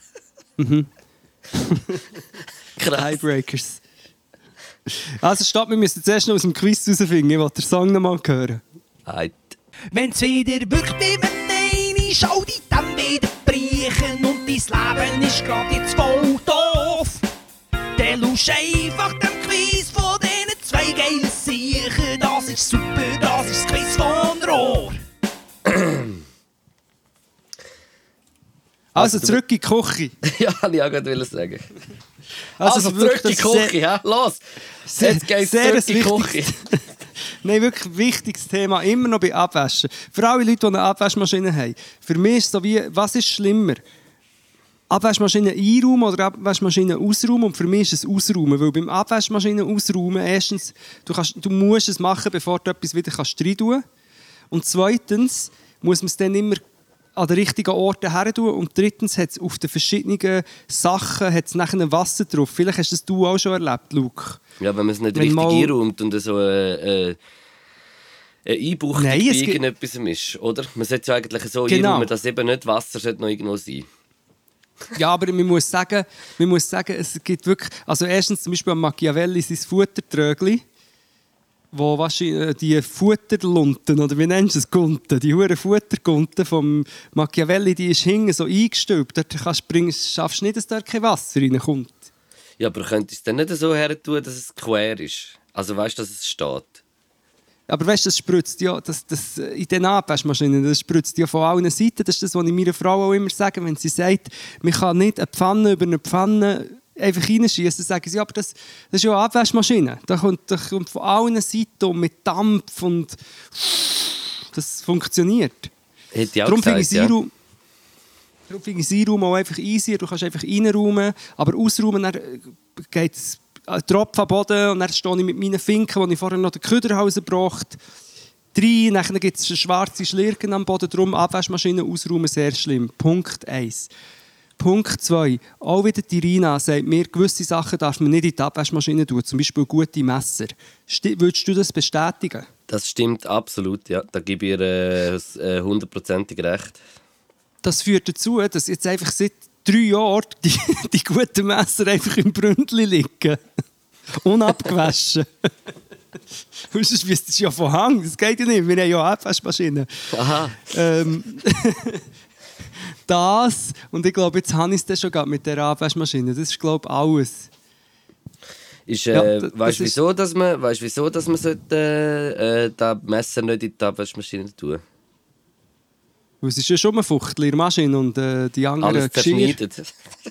Krass. Tiebreakers. Also stopp, wir müssen zuerst noch aus dem Quiz herausfinden. Ich will den Song noch mal hören. Wenn's wieder wirkt wie wenn eine Schau die dann wieder brechen und dein Leben ist grad jetzt voll doof, dann lusch einfach dem Quiz von diesen 2 geilen Siechen. Das ist super, das ist das Quiz von Rohr. Also zurück in die Küche. Ja, ich wollte auch gerade sagen. Also zurück in die Küche, ja? Los! Jetzt geht's zurück in die Küche. Nein, wirklich wichtiges Thema, immer noch bei Abwaschen. Für alle Leute, die eine Abwaschmaschine haben. Für mich ist es so wie, was ist schlimmer? Abwaschmaschine einräumen oder Abwaschmaschine ausräumen? Und für mich ist es ausräumen, weil beim Abwaschmaschine ausräumen, erstens, du musst es machen, bevor du etwas wieder rein tun kannst. Und zweitens muss man es dann immer an den richtigen Orten her tun. Und drittens hat es auf den verschiedenen Sachen hat's nachher Wasser drauf. Vielleicht hast das du auch schon erlebt, Luke. Ja, wenn man es nicht richtig einräumt und so eine Einbuchtung bei irgendetwas ist, oder? Man sollte es eigentlich so einräumen, dass eben nicht Wasser noch irgendwo sein. Ja, aber man muss sagen, es gibt wirklich... Also erstens zum Beispiel an Machiavelli sein Futtertrögli, wo wahrscheinlich die Futterlunten, oder wie nennst du es, Gunten, die huren Futtergunten vom Machiavelli, die ist hinten so eingestülpt. Dort schaffst du nicht, dass dort kein Wasser reinkommt. Ja, aber könntest du es dann nicht so her tun, dass es quer ist? Also weißt du, dass es steht? Aber weißt du, das spritzt ja das in den Abwaschmaschinen, das spritzt ja von allen Seiten. Das ist das, was ich meiner Frau auch immer sage, wenn sie sagt, man kann nicht eine Pfanne über eine Pfanne einfach reinschießen, sagen sie, aber das ist ja eine Abwaschmaschine. Da kommt von allen Seiten mit Dampf und das funktioniert. Hätte ich auch Darum gesagt, Darum finde ich das Einräumen auch einfach easier. Du kannst einfach reinräumen, aber ausräumen, dann geht es ein Tropfen am Boden und dann stehe ich mit meinen Finken, die ich vorher noch den Köder rausgebracht habe, dann gibt es schwarze Schlirken am Boden, darum Abwaschmaschine ausräumen sehr schlimm. Punkt 1. Punkt 2. Auch wieder die Irina sagt mir, gewisse Sachen darf man nicht in die Abwaschmaschine tun, zum Beispiel gute Messer. Würdest du das bestätigen? Das stimmt absolut, ja. Da gebe ich ihr 100%ig recht. Das führt dazu, dass jetzt einfach seit 3 Jahren die guten Messer einfach im Bründli liegen. Unabgewaschen. Sonst müsstest du ja von Hang. Das geht ja nicht. Wir haben ja Abwaschmaschinen. Aha. Das, und ich glaube, jetzt habe ich es schon mit der Abwaschmaschine. Das ist, glaube ich, alles. Weißt du, wieso, dass man sollte, das Messer nicht in die Abwaschmaschine tun? Weil es ist ja schon ein Fuchtel in der Maschine und die anderen alles zerschneidet.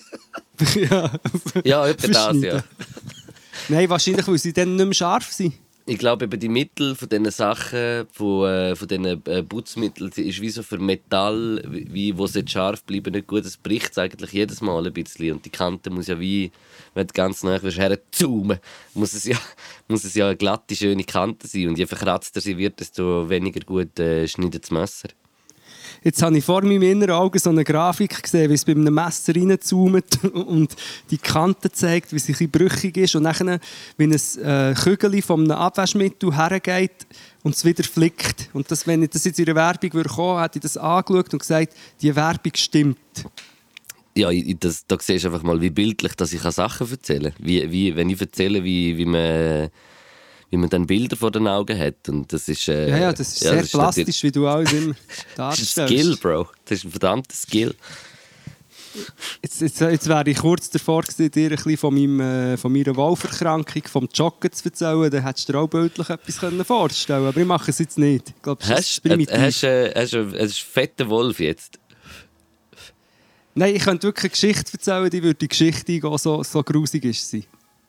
Ja, etwa das, ja. Nein, wahrscheinlich, weil sie dann nicht mehr scharf sind. Ich glaube, eben die Mittel von diesen Sachen, von diesen Putzmitteln, ist wie so für Metall, wo es scharf bleiben nicht gut. Es bricht eigentlich jedes Mal ein bisschen. Und die Kante muss ja wie, wenn du ganz nah herzoomen muss es ja eine glatte, schöne Kante sein. Und je verkratzter sie wird, desto weniger gut schneidet das Messer. Jetzt habe ich vor meinem inneren Auge so eine Grafik gesehen, wie es bei einem Messer reinzoomt und die Kante zeigt, wie sie ein bisschen brüchig ist und dann, wie ein Kügel von einem Abwaschmittel hergeht und es wieder flickt. Und das, wenn ich das jetzt in einer Werbung kommen würde, hätte ich das angeschaut und gesagt, die Werbung stimmt. Ja, da siehst du einfach mal, wie bildlich dass ich Sachen erzählen kann. Wenn ich erzähle, wie man dann Bilder vor den Augen hat. Und das ist, das ist sehr plastisch, wie du alles immer darstellst. Das ist ein Skill, Bro. Das ist ein verdammter Skill. Jetzt wäre ich kurz davor gewesen, dir ein bisschen von meiner Wolferkrankung, vom Joggen zu erzählen. Dann hättest du dir auch bildlich etwas vorstellen können. Aber ich mache es jetzt nicht. Ich glaube, das ist primitiv. Hast du einen fetten Wolf jetzt? Nein, ich könnte wirklich eine Geschichte erzählen, die würde die Geschichte auch so grusig sein.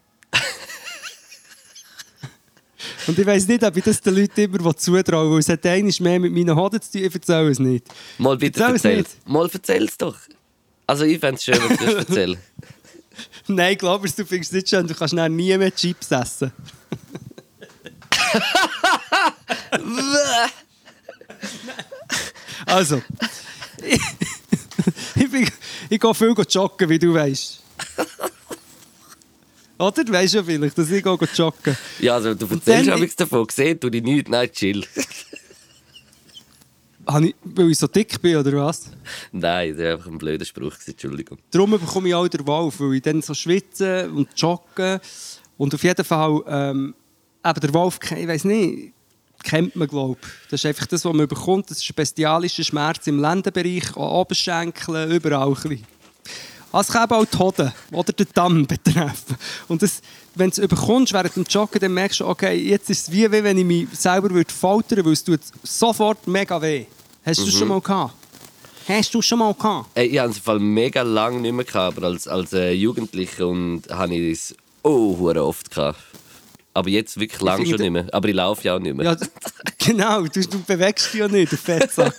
Und ich weiss nicht, ob ich das den Leuten immer zutraue, weil es hat einmal mehr mit meinen Hoden zu tun. Ich erzähle es nicht. Mal bitte erzähl es. Mal erzähl es doch. Also ich fände es schön, wenn du es erzählst. Nein, glaubst du, findest es nicht schön. Du kannst dann nie mehr Chips essen. Also. Ich gehe viel joggen, wie du weißt. Oder? Du weißt ja vielleicht, dass ich joggen. Ja, also du erzählst nichts davon. Gesehen tue ich nichts. Nein, chill. Weil ich so dick bin, oder was? Nein, das war einfach ein blöder Spruch. Entschuldigung. Darum bekomme ich auch den Wolf, weil ich dann so schwitze und jogge. Und auf jeden Fall, eben der Wolf, ich weiss nicht, kennt man, glaube ich. Das ist einfach das, was man bekommt. Das ist ein bestialischer Schmerz im Lendenbereich, an Oberschenkeln, überall ein bisschen. Also kann auch die Hoden oder den Damm betreffen. Und das, wenn du es überkommst während dem Joggen, dann merkst du, okay, jetzt ist es wie wenn ich mich selber foltern würde, weil es tut sofort mega weh. Hast du das schon mal gehabt? Hast du schon mal gehabt? Ich habe es im Fall mega lange nicht mehr gehabt, aber als Jugendlicher und habe ich es oft gehabt. Aber jetzt wirklich lange schon nicht mehr. Aber ich laufe ja auch nicht mehr. Ja, genau, du bewegst dich ja nicht, du Fettsack.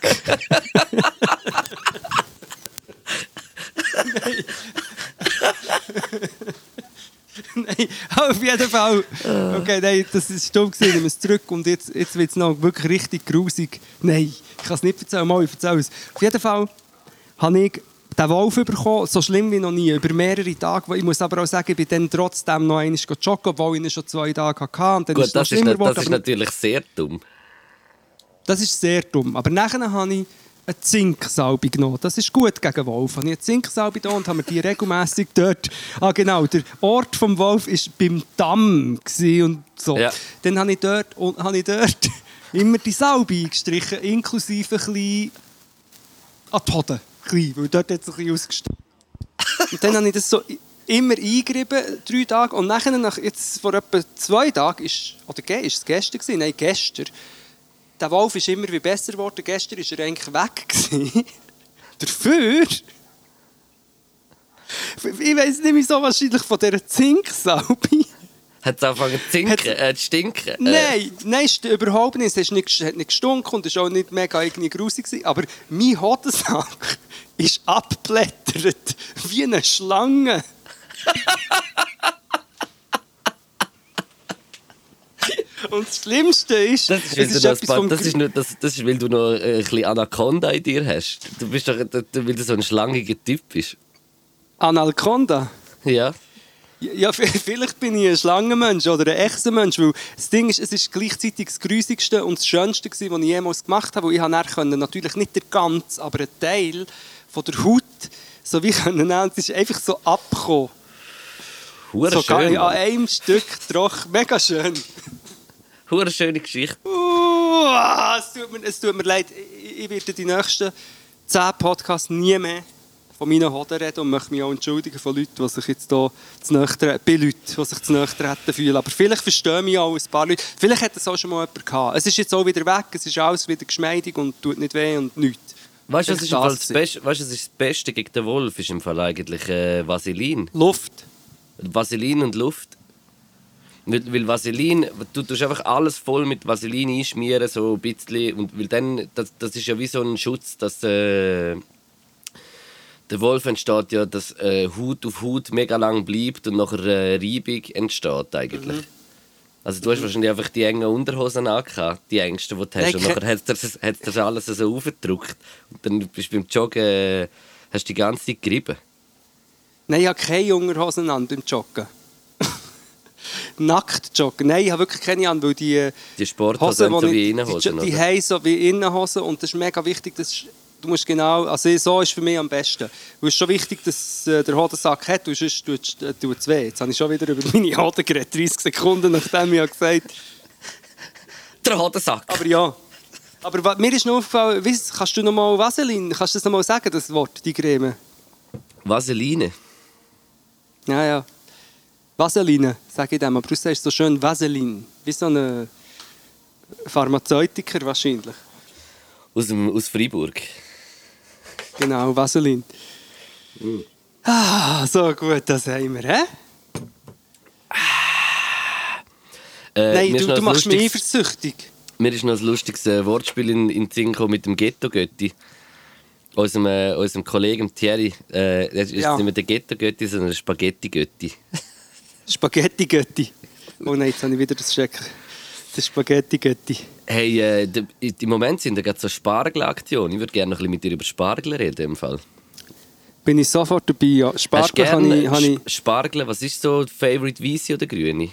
Nein, Nein, auf jeden Fall. Okay, nein, das ist dumm gewesen, ich nehme es zurück und jetzt wird es noch wirklich richtig grusig. Nein, ich kann es nicht erzählen, mal, ich erzähle es. Auf jeden Fall habe ich den Wolf bekommen, so schlimm wie noch nie, über mehrere Tage. Ich muss aber auch sagen, ich bin dann trotzdem noch einmal joggen, obwohl ich ihn schon 2 Tage hatte. Und dann Gut, ist es noch das ist natürlich sehr dumm. Das ist sehr dumm. Aber nachher habe ich eine Zinksalbe genommen. Das ist gut gegen Wolf. Habe ich eine Zinksalbe da und haben wir die regelmässig dort. Ah genau, der Ort vom Wolf war beim Damm und so. Ja. Dann habe ich dort immer die Salbe eingestrichen, inklusive ein bisschen an die Hoden. Weil dort hat es ein bisschen ausgestellt. Und dann habe ich das so immer eingerieben, 3 Tage. Und nachher, jetzt vor etwa 2 Tagen, ist es gestern? Nein, gestern. Der Wolf ist immer wie besser geworden. Gestern war er eigentlich weg gewesen. Dafür, ich weiss nicht wieso, wahrscheinlich von dieser Zinksalbe. Hat es angefangen zu stinken? Nein, überhaupt nicht. Es hat nicht gestunken und es war auch nicht mega grusig. Aber mein Hodensack ist abblättert wie eine Schlange. Und das Schlimmste ist, das ist, weil du noch ein bisschen Anaconda in dir hast. Du bist doch, weil du so ein schlangiger Typ bist. Anaconda? Ja. Ja, vielleicht bin ich ein Schlangenmensch oder ein echter Mensch, weil das Ding ist, es ist gleichzeitig das Grusigste und das Schönste gewesen, was ich jemals gemacht habe, weil ich dann natürlich nicht der ganze, aber ein Teil von der Haut, so wie können, es ist einfach so abgekommen. So schön. An einem Stück trocken, mega schön. Hure schöne Geschichte. Es tut mir leid, ich werde die nächsten 10 Podcasts nie mehr von meinen Hoden reden und möchte mich auch entschuldigen von Leuten, die sich jetzt hier zu nahe treten fühlen. Aber vielleicht verstehen mich auch ein paar Leute. Vielleicht hat es auch schon mal jemand gehabt. Es ist jetzt auch wieder weg, es ist alles wieder geschmeidig und tut nicht weh und nichts. Weißt du, was ist das Beste gegen den Wolf? Ist im Fall eigentlich Vaseline. Luft. Vaseline und Luft. Weil Vaseline, du tust einfach alles voll mit Vaseline einschmieren, so ein bisschen. Und weil dann, das ist ja wie so ein Schutz, dass der Wolf entsteht ja, dass Haut auf Haut mega lang bleibt und nachher Reibung entsteht eigentlich. Mhm. Also du hast wahrscheinlich einfach die engen Unterhosen angehabt, die engsten, die du hast. Und nachher hat das alles so aufgedrückt. Und dann bist du beim Joggen, hast du die ganze Zeit gerieben. Nein, ich habe keine Unterhosen an beim Joggen. Nackt joggen. Nein, ich habe wirklich keine an, weil die Sporthosen haben so wie Innenhosen. Die haben so wie Innenhosen und das ist mega wichtig, dass du musst genau, also so ist für mich am besten. Weil es ist schon wichtig, dass der Hodensack hat, und sonst tut es weh. Jetzt habe ich schon wieder über meine Hoden geredet, 30 Sekunden, nachdem ich gesagt habe. Der Hodensack. Aber ja. Aber mir ist noch aufgefallen, kannst du noch mal Vaseline, kannst du das noch mal sagen, das Wort, die Creme? Vaseline? Ja. Vaseline, sage ich dem, aber du sagst so schön Vaseline. Wie so ein Pharmazeutiker wahrscheinlich. Aus Freiburg. Genau, Vaseline. So gut, das haben wir, hä? Nein, du machst mich eifersüchtig. Mir ist noch ein lustiges Wortspiel in den Sinn gekommen mit dem Ghetto-Götti. Unserem Kollegen Thierry. Das ist nicht mehr der Ghetto-Götti, sondern der Spaghetti-Götti. Spaghetti-Götti. Oh nein, jetzt habe ich wieder das Checken. Der Spaghetti-Götti. Hey, im Moment sind da gerade so Spargelaktionen. Ich würde gerne noch ein bisschen mit dir über Spargel reden. Im Fall. Bin ich sofort dabei, ja. Spargel habe ich... Spargel, was ist so Favorite, weiße oder grüne?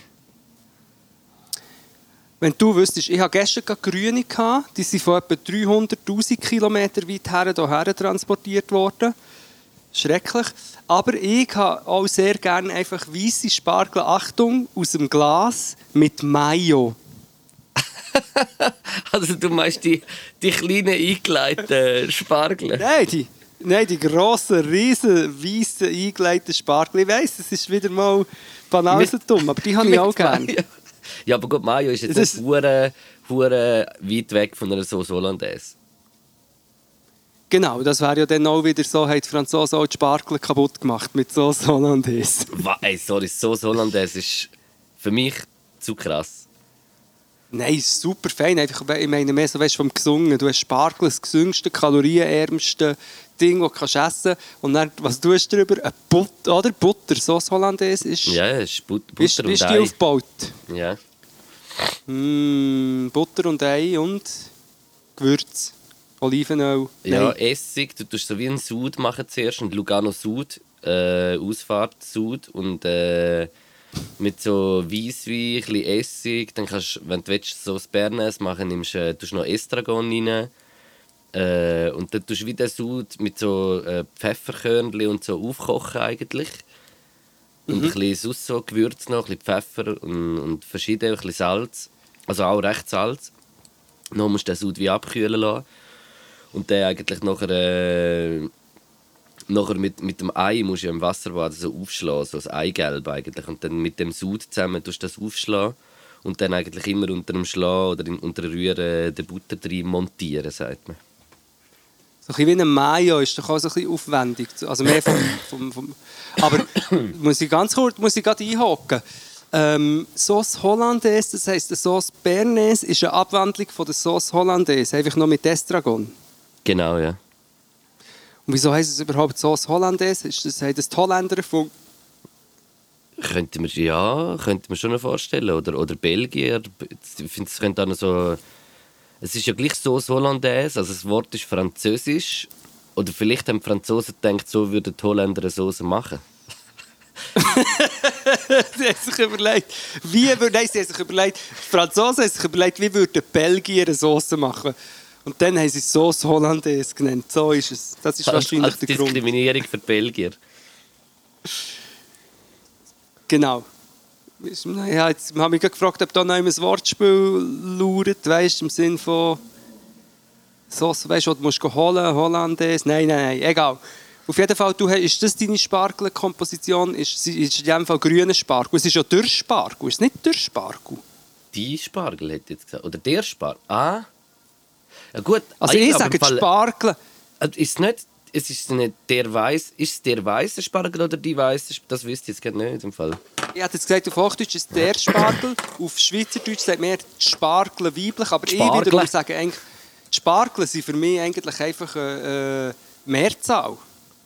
Wenn du wüsstest, ich hatte gestern grüne, die sind von etwa 300'000 Kilometer weit hierher transportiert worden. Schrecklich. Aber ich habe auch sehr gerne einfach weisse Spargel, Achtung, aus dem Glas mit Mayo. Also du meinst die kleinen eingeleiteten Spargel? Nein, die grossen, riesen, weissen, eingeleiteten Spargel. Ich weiss, es ist wieder mal banal so dumm, aber die habe ich auch gerne. Ja, aber gut, Mayo ist jetzt nicht hure weit weg von einer Sauce Hollandaise. Genau, das wäre ja dann auch wieder so, haben die Franzosen auch die Spargel kaputt gemacht mit Sauce Hollandaise. Ey, sorry, Sauce Hollandaise ist für mich zu krass. Nein, super fein. Einfach, ich meine mehr so, weißt, vom Gesungen. Du hast Spargel, das gesündeste, kalorienärmste Ding, das du essen kannst. Und dann, was tust du darüber? Eine Butter, oder? Butter, Sauce Hollandaise ist... Ja, es ist Butter ist und die Ei. aufgebaut? Ja. Butter und Ei und Gewürz. Olivenöl. Ja, Nein. Essig. Du tust so wie einen Sud machen zuerst. Und Lugano Sud. Ausfahrt Sud. Und mit so Weisswein, ein bisschen Essig. Dann kannst du, wenn du willst, so das Bernays machen, tust du noch Estragon rein. Und dann tust du wie den Sud mit so Pfefferkörnchen und so aufkochen eigentlich. Und ein bisschen sonst so Gewürz noch, ein bisschen Pfeffer und verschiedene, ein bisschen Salz. Also auch recht Salz. Dann musst du den Sud wie abkühlen lassen. Und dann eigentlich nachher mit dem Ei musst du ja im Wasserbad so aufschlagen, so das Eigelb eigentlich. Und dann mit dem Sud zusammen tust du das aufschlagen. Und dann eigentlich immer unter dem Schlagen oder unter dem Rühren den Butter drin montieren, sagt man. So ein bisschen wie ein Mayo ist doch auch so ein bisschen aufwendig. Also mehr vom aber muss ich gerade einhaken. Sauce Hollandaise, das heisst, der Sauce Bernays ist eine Abwandlung von der Sauce Hollandaise, einfach noch mit Estragon. Genau, ja. Und wieso heisst es überhaupt Sauce Hollandaise? Haben das die Holländer erfunden? Könnte man schon noch vorstellen. Oder Belgier. Ich finde, es könnte auch noch so... Es ist ja gleich Sauce Hollandaise, also das Wort ist französisch. Oder vielleicht haben die Franzosen gedacht, so würden die Holländer eine Sauce machen. Sie haben sich überlegt, die Franzosen haben sich überlegt, wie würden die Belgier eine Sauce machen. Und dann haben sie Sauce Hollandaise genannt. So ist es. Das ist wahrscheinlich als der Grund. Diskriminierung für die Belgier. Genau. Ja, jetzt habe ich mich gefragt, ob da noch ein Wortspiel lauert, weißt, im Sinne von Sauce, weißt du, du musst holen, Hollandaise. Nein, egal. Auf jeden Fall, ist das deine Spargelkomposition? Ist in diesem Fall grüner Spargel. Es ist ja Dürrspargel. Ist es nicht Dürrspargel? Die Spargel, hätte ich jetzt gesagt. Oder der Spargel. Ah. Ja, gut. Also ich sage Spargel. Es ist nicht der weiße Spargel oder die weiße Spargel? Das wisst ihr jetzt gerade nicht im Fall. Ich hätte jetzt gesagt, auf Hochdeutsch ist es der Spargel. Auf Schweizerdeutsch sagt man die Spargel weiblich. Aber ich wiederum sage eigentlich, die Spargel sind für mich eigentlich einfach eine Mehrzahl.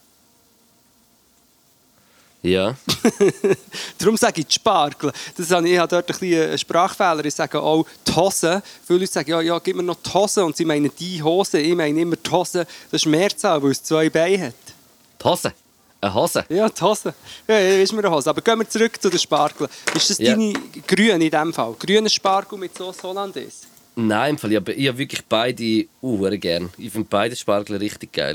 Ja. Darum sage ich die Spargel. Ich habe dort ein bisschen einen Sprachfehler. Ich sage auch die Hose. Viele Leute sagen, ja, gib mir noch die Hose. Und sie meinen die Hose. Ich meine immer die Hose. Das ist Mehrzahl, weil es 2 Beine hat. Die Hose? Eine Hose? Ja, die Hose. Ja, ist mir eine Hose. Aber gehen wir zurück zu den Spargeln. Ist das deine grüne in diesem Fall? Grüner Spargel mit Sauce Hollandaise? Nein, im Fall. Ich habe wirklich beide gerne. Ich finde beide Spargel richtig geil.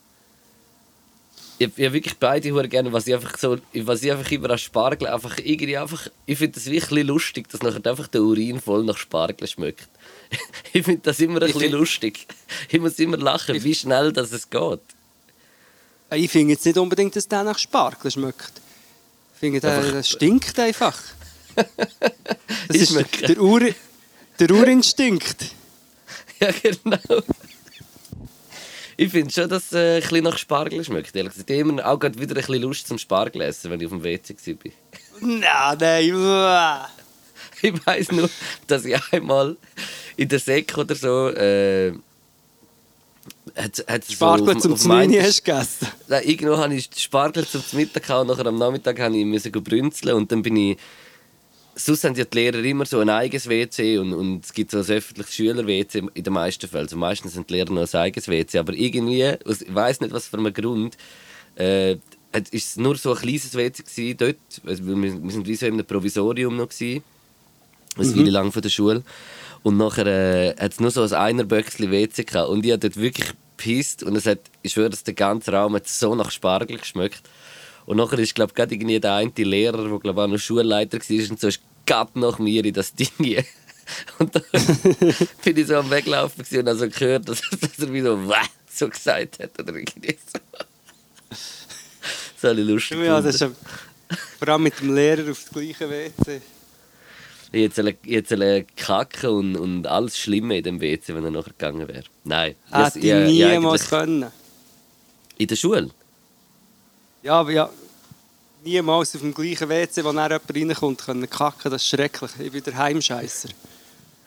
Ich habe wirklich beide gerne, was ich einfach immer an Spargel ich finde das wirklich lustig, dass nachher einfach der Urin voll nach Spargel schmeckt. Ich finde das immer ein bisschen lustig. Ich muss immer lachen, wie schnell es geht. Ich finde jetzt nicht unbedingt, dass der nach Spargel schmeckt. Ich finde, der stinkt einfach. Das ist der Urinstinkt. Ja, genau. Ich finde schon, dass es ein bisschen nach Spargel schmeckt. Ehrlich gesagt, ich habe immer auch gerade wieder ein bisschen Lust zum Spargel essen, wenn ich auf dem WC war. Nein. Ich weiss nur, dass ich einmal in der Sek oder so Spargel zum Zmini hast du gegessen? Nein, irgendwo hatte ich Spargel zum Mittag und nachher am Nachmittag musste ich brünzeln und dann bin ich... Sonst haben ja die Lehrer immer so ein eigenes WC und es gibt so ein öffentliches Schüler-WC in den meisten Fällen. Also meistens sind die Lehrer noch ein eigenes WC, aber irgendwie, ich weiss nicht, was für einen Grund, es war nur so ein kleines WC dort. Also wir waren wie so in einem Provisorium noch gewesen, eine Weile lang von der Schule. Und nachher hat es nur so ein Einerböckchen WC gehabt und ich habe dort wirklich gepisst und ich schwöre, dass der ganze Raum hat so nach Spargel geschmeckt. Und nachher ist, glaube ich, irgendwie der eine Lehrer, der, glaube ich, auch noch Schulleiter war, und so ist gerade nach mir in das Ding. Und dann bin ich so am Weglaufen und habe so gehört, dass er wie so gesagt hat. Oder irgendwie so. Das habe ich lustig. Ja, das ist vor allem mit dem Lehrer auf das gleiche WC. Jetzt kacken und alles Schlimme in dem WC, wenn er nachher gegangen wäre. Nein. Hätte ich niemals können. In der Schule? Ja, aber ja, niemals auf dem gleichen WC, wo dann jemand reinkommt, können kacken. Das ist schrecklich. Ich bin der Heimscheisser.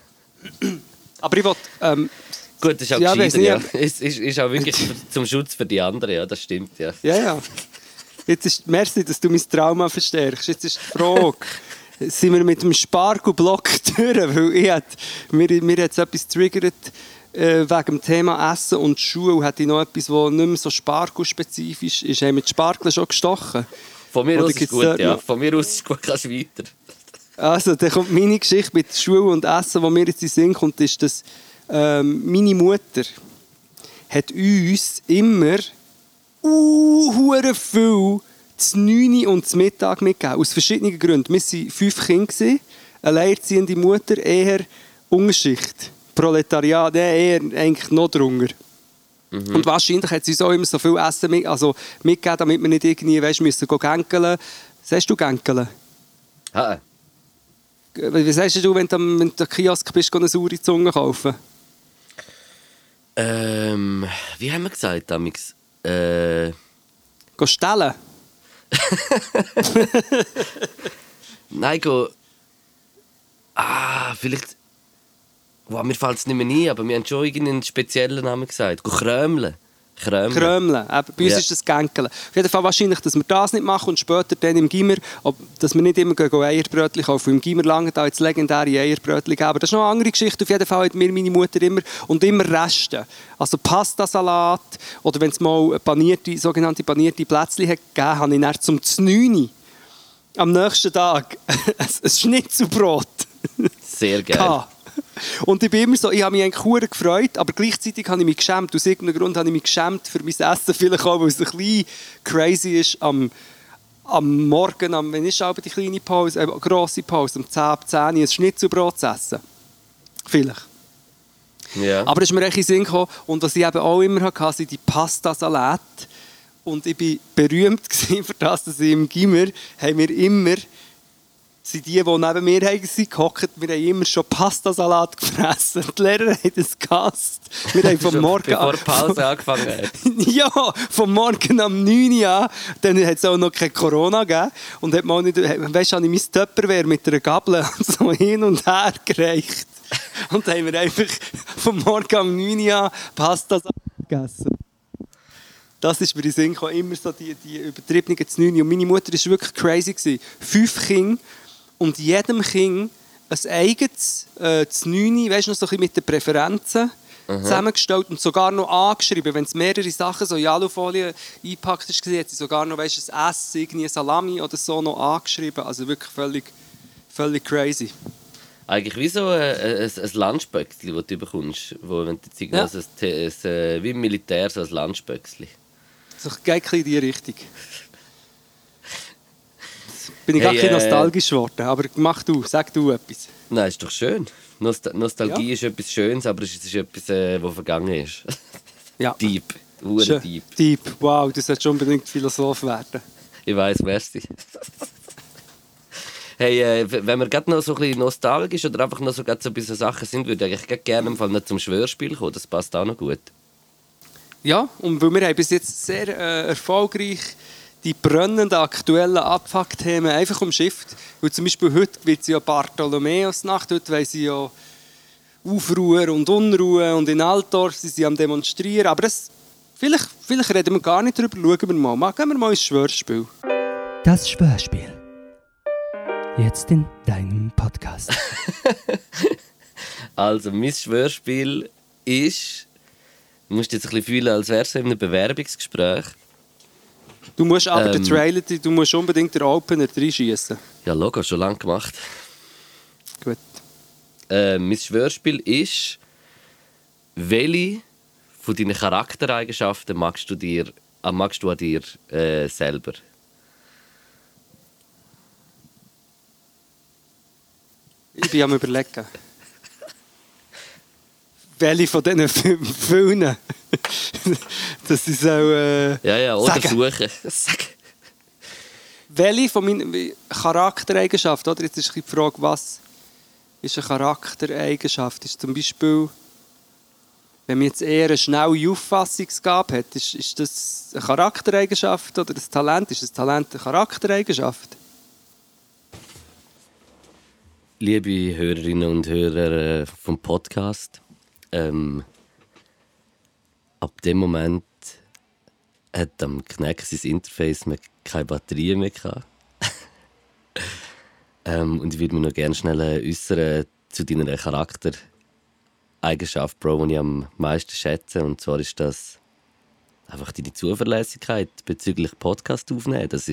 Aber ich wollte... Gut, das ist auch ja, gescheiter, nicht, ja. Es ist auch wirklich zum Schutz für die anderen, ja, das stimmt, ja. Ja. Jetzt ist, merci, dass du mein Trauma verstärkst. Jetzt ist die Frage, sind wir mit dem Spargelblock durch? Weil mir hat etwas triggert wegen dem Thema Essen und Schuhe. Hätte ich noch etwas, das nicht mehr so spargelspezifisch ist. Haben wir die Spargel schon gestochen? Von mir Oder aus ist es gut, ja. Von mir aus ist es gut, kannst du weiter. Also, dann kommt meine Geschichte mit Schuhe und Essen, die mir jetzt in den Sinn kommt, ist, dass meine Mutter hat uns immer hure viel das 9 und das Mittag mitgegeben. Aus verschiedenen Gründen. Wir waren 5 Kinder, alleinerziehende Mutter, eher Unterschicht. Proletariat, eher eigentlich noch drunter. Mhm. Und wahrscheinlich hat sie uns auch immer so viel Essen mitgegeben, damit wir nicht irgendwie müssen gänkeln. Sagst du gänkeln? Ah. Wie sagst du, wenn du am Kiosk bist, eine saure Zunge kaufen? Wie haben wir gesagt, damals? Go stellen? Nein, go... vielleicht... Wow, mir fällt es nicht mehr ein, aber wir haben schon einen speziellen Namen gesagt. Go krömeln. Krömeln. Bei uns ist das Gänkeln. Auf jeden Fall wahrscheinlich, dass wir das nicht machen und später dann im Gimmer, dass wir nicht immer Eierbrötchen kaufen. Im Gimmer lange da jetzt legendäre Eierbrötchen geben. Aber das ist noch eine andere Geschichte. Auf jeden Fall hat mir meine Mutter immer Reste. Also Pastasalat oder wenn es mal sogenannte panierte Plätzchen hat gegeben, habe ich dann zum 9 am nächsten Tag ein Schnitzelbrot. Sehr geil. Und ich bin immer so, ich habe mich eigentlich sehr gefreut, aber gleichzeitig habe ich mich geschämt. Aus irgendeinem Grund habe ich mich geschämt für mein Essen, vielleicht auch, weil es ein bisschen crazy ist am Morgen, wenn ist aber die kleine Pause, grosse Pause, um 10 ein Schnitzelbrot zu essen. Vielleicht. Ja. Aber es ist mir echt in den Sinn gekommen. Und was ich eben auch immer hatte, sind die Pastasalate. Und ich war berühmt für das, dass ich im Gimmer haben wir immer... sind die neben mir gehockt, wir haben immer schon Pastasalat gefressen. Die Lehrer haben das gehasst. Wir haben vom Morgen bevor die Pause angefangen hat. Ja, vom Morgen am 9 Uhr an. Dann hat es auch noch kein Corona gegeben. Und hat mal nicht, weißt du, habe ich mein Tupperware mit einer Gabel so hin und her gereicht. Und dann haben wir einfach vom Morgen am 9 Uhr an Pastasalat gegessen. Das ist mir in den Sinn gekommen, immer so die übertriebenen 9 Uhr. Und meine Mutter war wirklich crazy. 5 Kinder. Und jedem Kind ein eigenes 9, weißt du, noch so ein bisschen mit den Präferenzen zusammengestellt und sogar noch angeschrieben. Wenn es mehrere Sachen so in Alufolie eingepackt ist, hat sie sogar noch, weißt, ein Essen, irgendwie Salami oder so noch angeschrieben. Also wirklich völlig crazy. Eigentlich wie so ein Lunchböckchen, das du bekommst, wo, wenn du jetzt wie im Militär so ein Lunchböckchen. So geht in die Richtung. Bin ich gar nicht nostalgisch geworden, aber sag du etwas. Nein, ist doch schön. Nostalgie ist etwas Schönes, aber es ist etwas, was vergangen ist. Ja. Deep. Deep. Deep. Wow, du solltest unbedingt Philosoph werden. Ich weiss, merci. Hey, wenn wir gerade noch so ein bisschen nostalgisch oder einfach noch so ein bisschen Sachen sind, würde ich eigentlich gerne im Fall noch zum Schwörspiel kommen. Das passt auch noch gut. Ja, und weil wir haben bis jetzt sehr erfolgreich die brennenden aktuellen Abfuck-Themen einfach umschifft. Weil zum Beispiel heute wird sie ja Bartholomäusnacht, heute wollen sie ja Aufruhr und Unruhe und in Altdorf sind sie am Demonstrieren. Aber vielleicht reden wir gar nicht darüber, schauen wir mal. Gehen wir mal ins Schwörspiel. Das Schwörspiel. Jetzt in deinem Podcast. Also, mein Schwörspiel ist... Du musst jetzt ein bisschen fühlen, als wäre es in einem Bewerbungsgespräch. Du musst aber den Trailer, du musst unbedingt den Opener reinschießen. Ja, Logo, schon lange gemacht. Gut. Mein Schwörspiel ist, welche von deinen Charaktereigenschaften magst du an dir selber? Ich bin am Überlegen. Welche von diesen vielen? Das ist auch... Ja, oder sagen. suchen. Welche von meinen Charaktereigenschaften? Oder? Jetzt ist die Frage, was ist eine Charaktereigenschaft? Ist zum Beispiel, wenn man jetzt eher eine schnelle Auffassungsgabe hat, ist das eine Charaktereigenschaft oder ein Talent? Ist ein Talent eine Charaktereigenschaft? liebe Hörerinnen und Hörer vom Podcast. Ab dem Moment hat am Kneck sein Interface keine Batterien mehr gehabt. Und ich würde mich noch gerne schnell äußern zu deiner Charaktereigenschaft, Bro, die ich am meisten schätze. Und zwar ist das einfach deine Zuverlässigkeit bezüglich Podcast aufnehmen. Das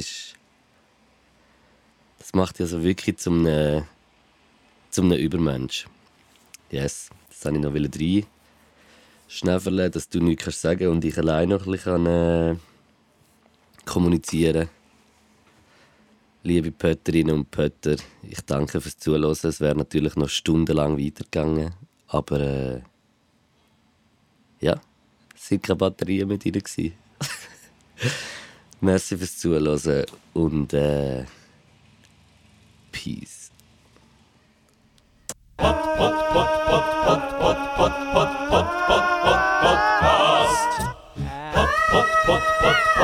macht dich also wirklich zum einem Übermensch. Yes, das wollte ich noch rein schnäferle, dass du nichts kannst sagen und ich allein noch ein bisschen kommunizieren kann. Liebe Pötterinnen und Pötter, ich danke fürs Zuhören. Es wäre natürlich noch stundenlang weitergegangen, aber ja, es waren keine Batterien mit ihnen. Merci fürs Zuhören und Peace. Podcast.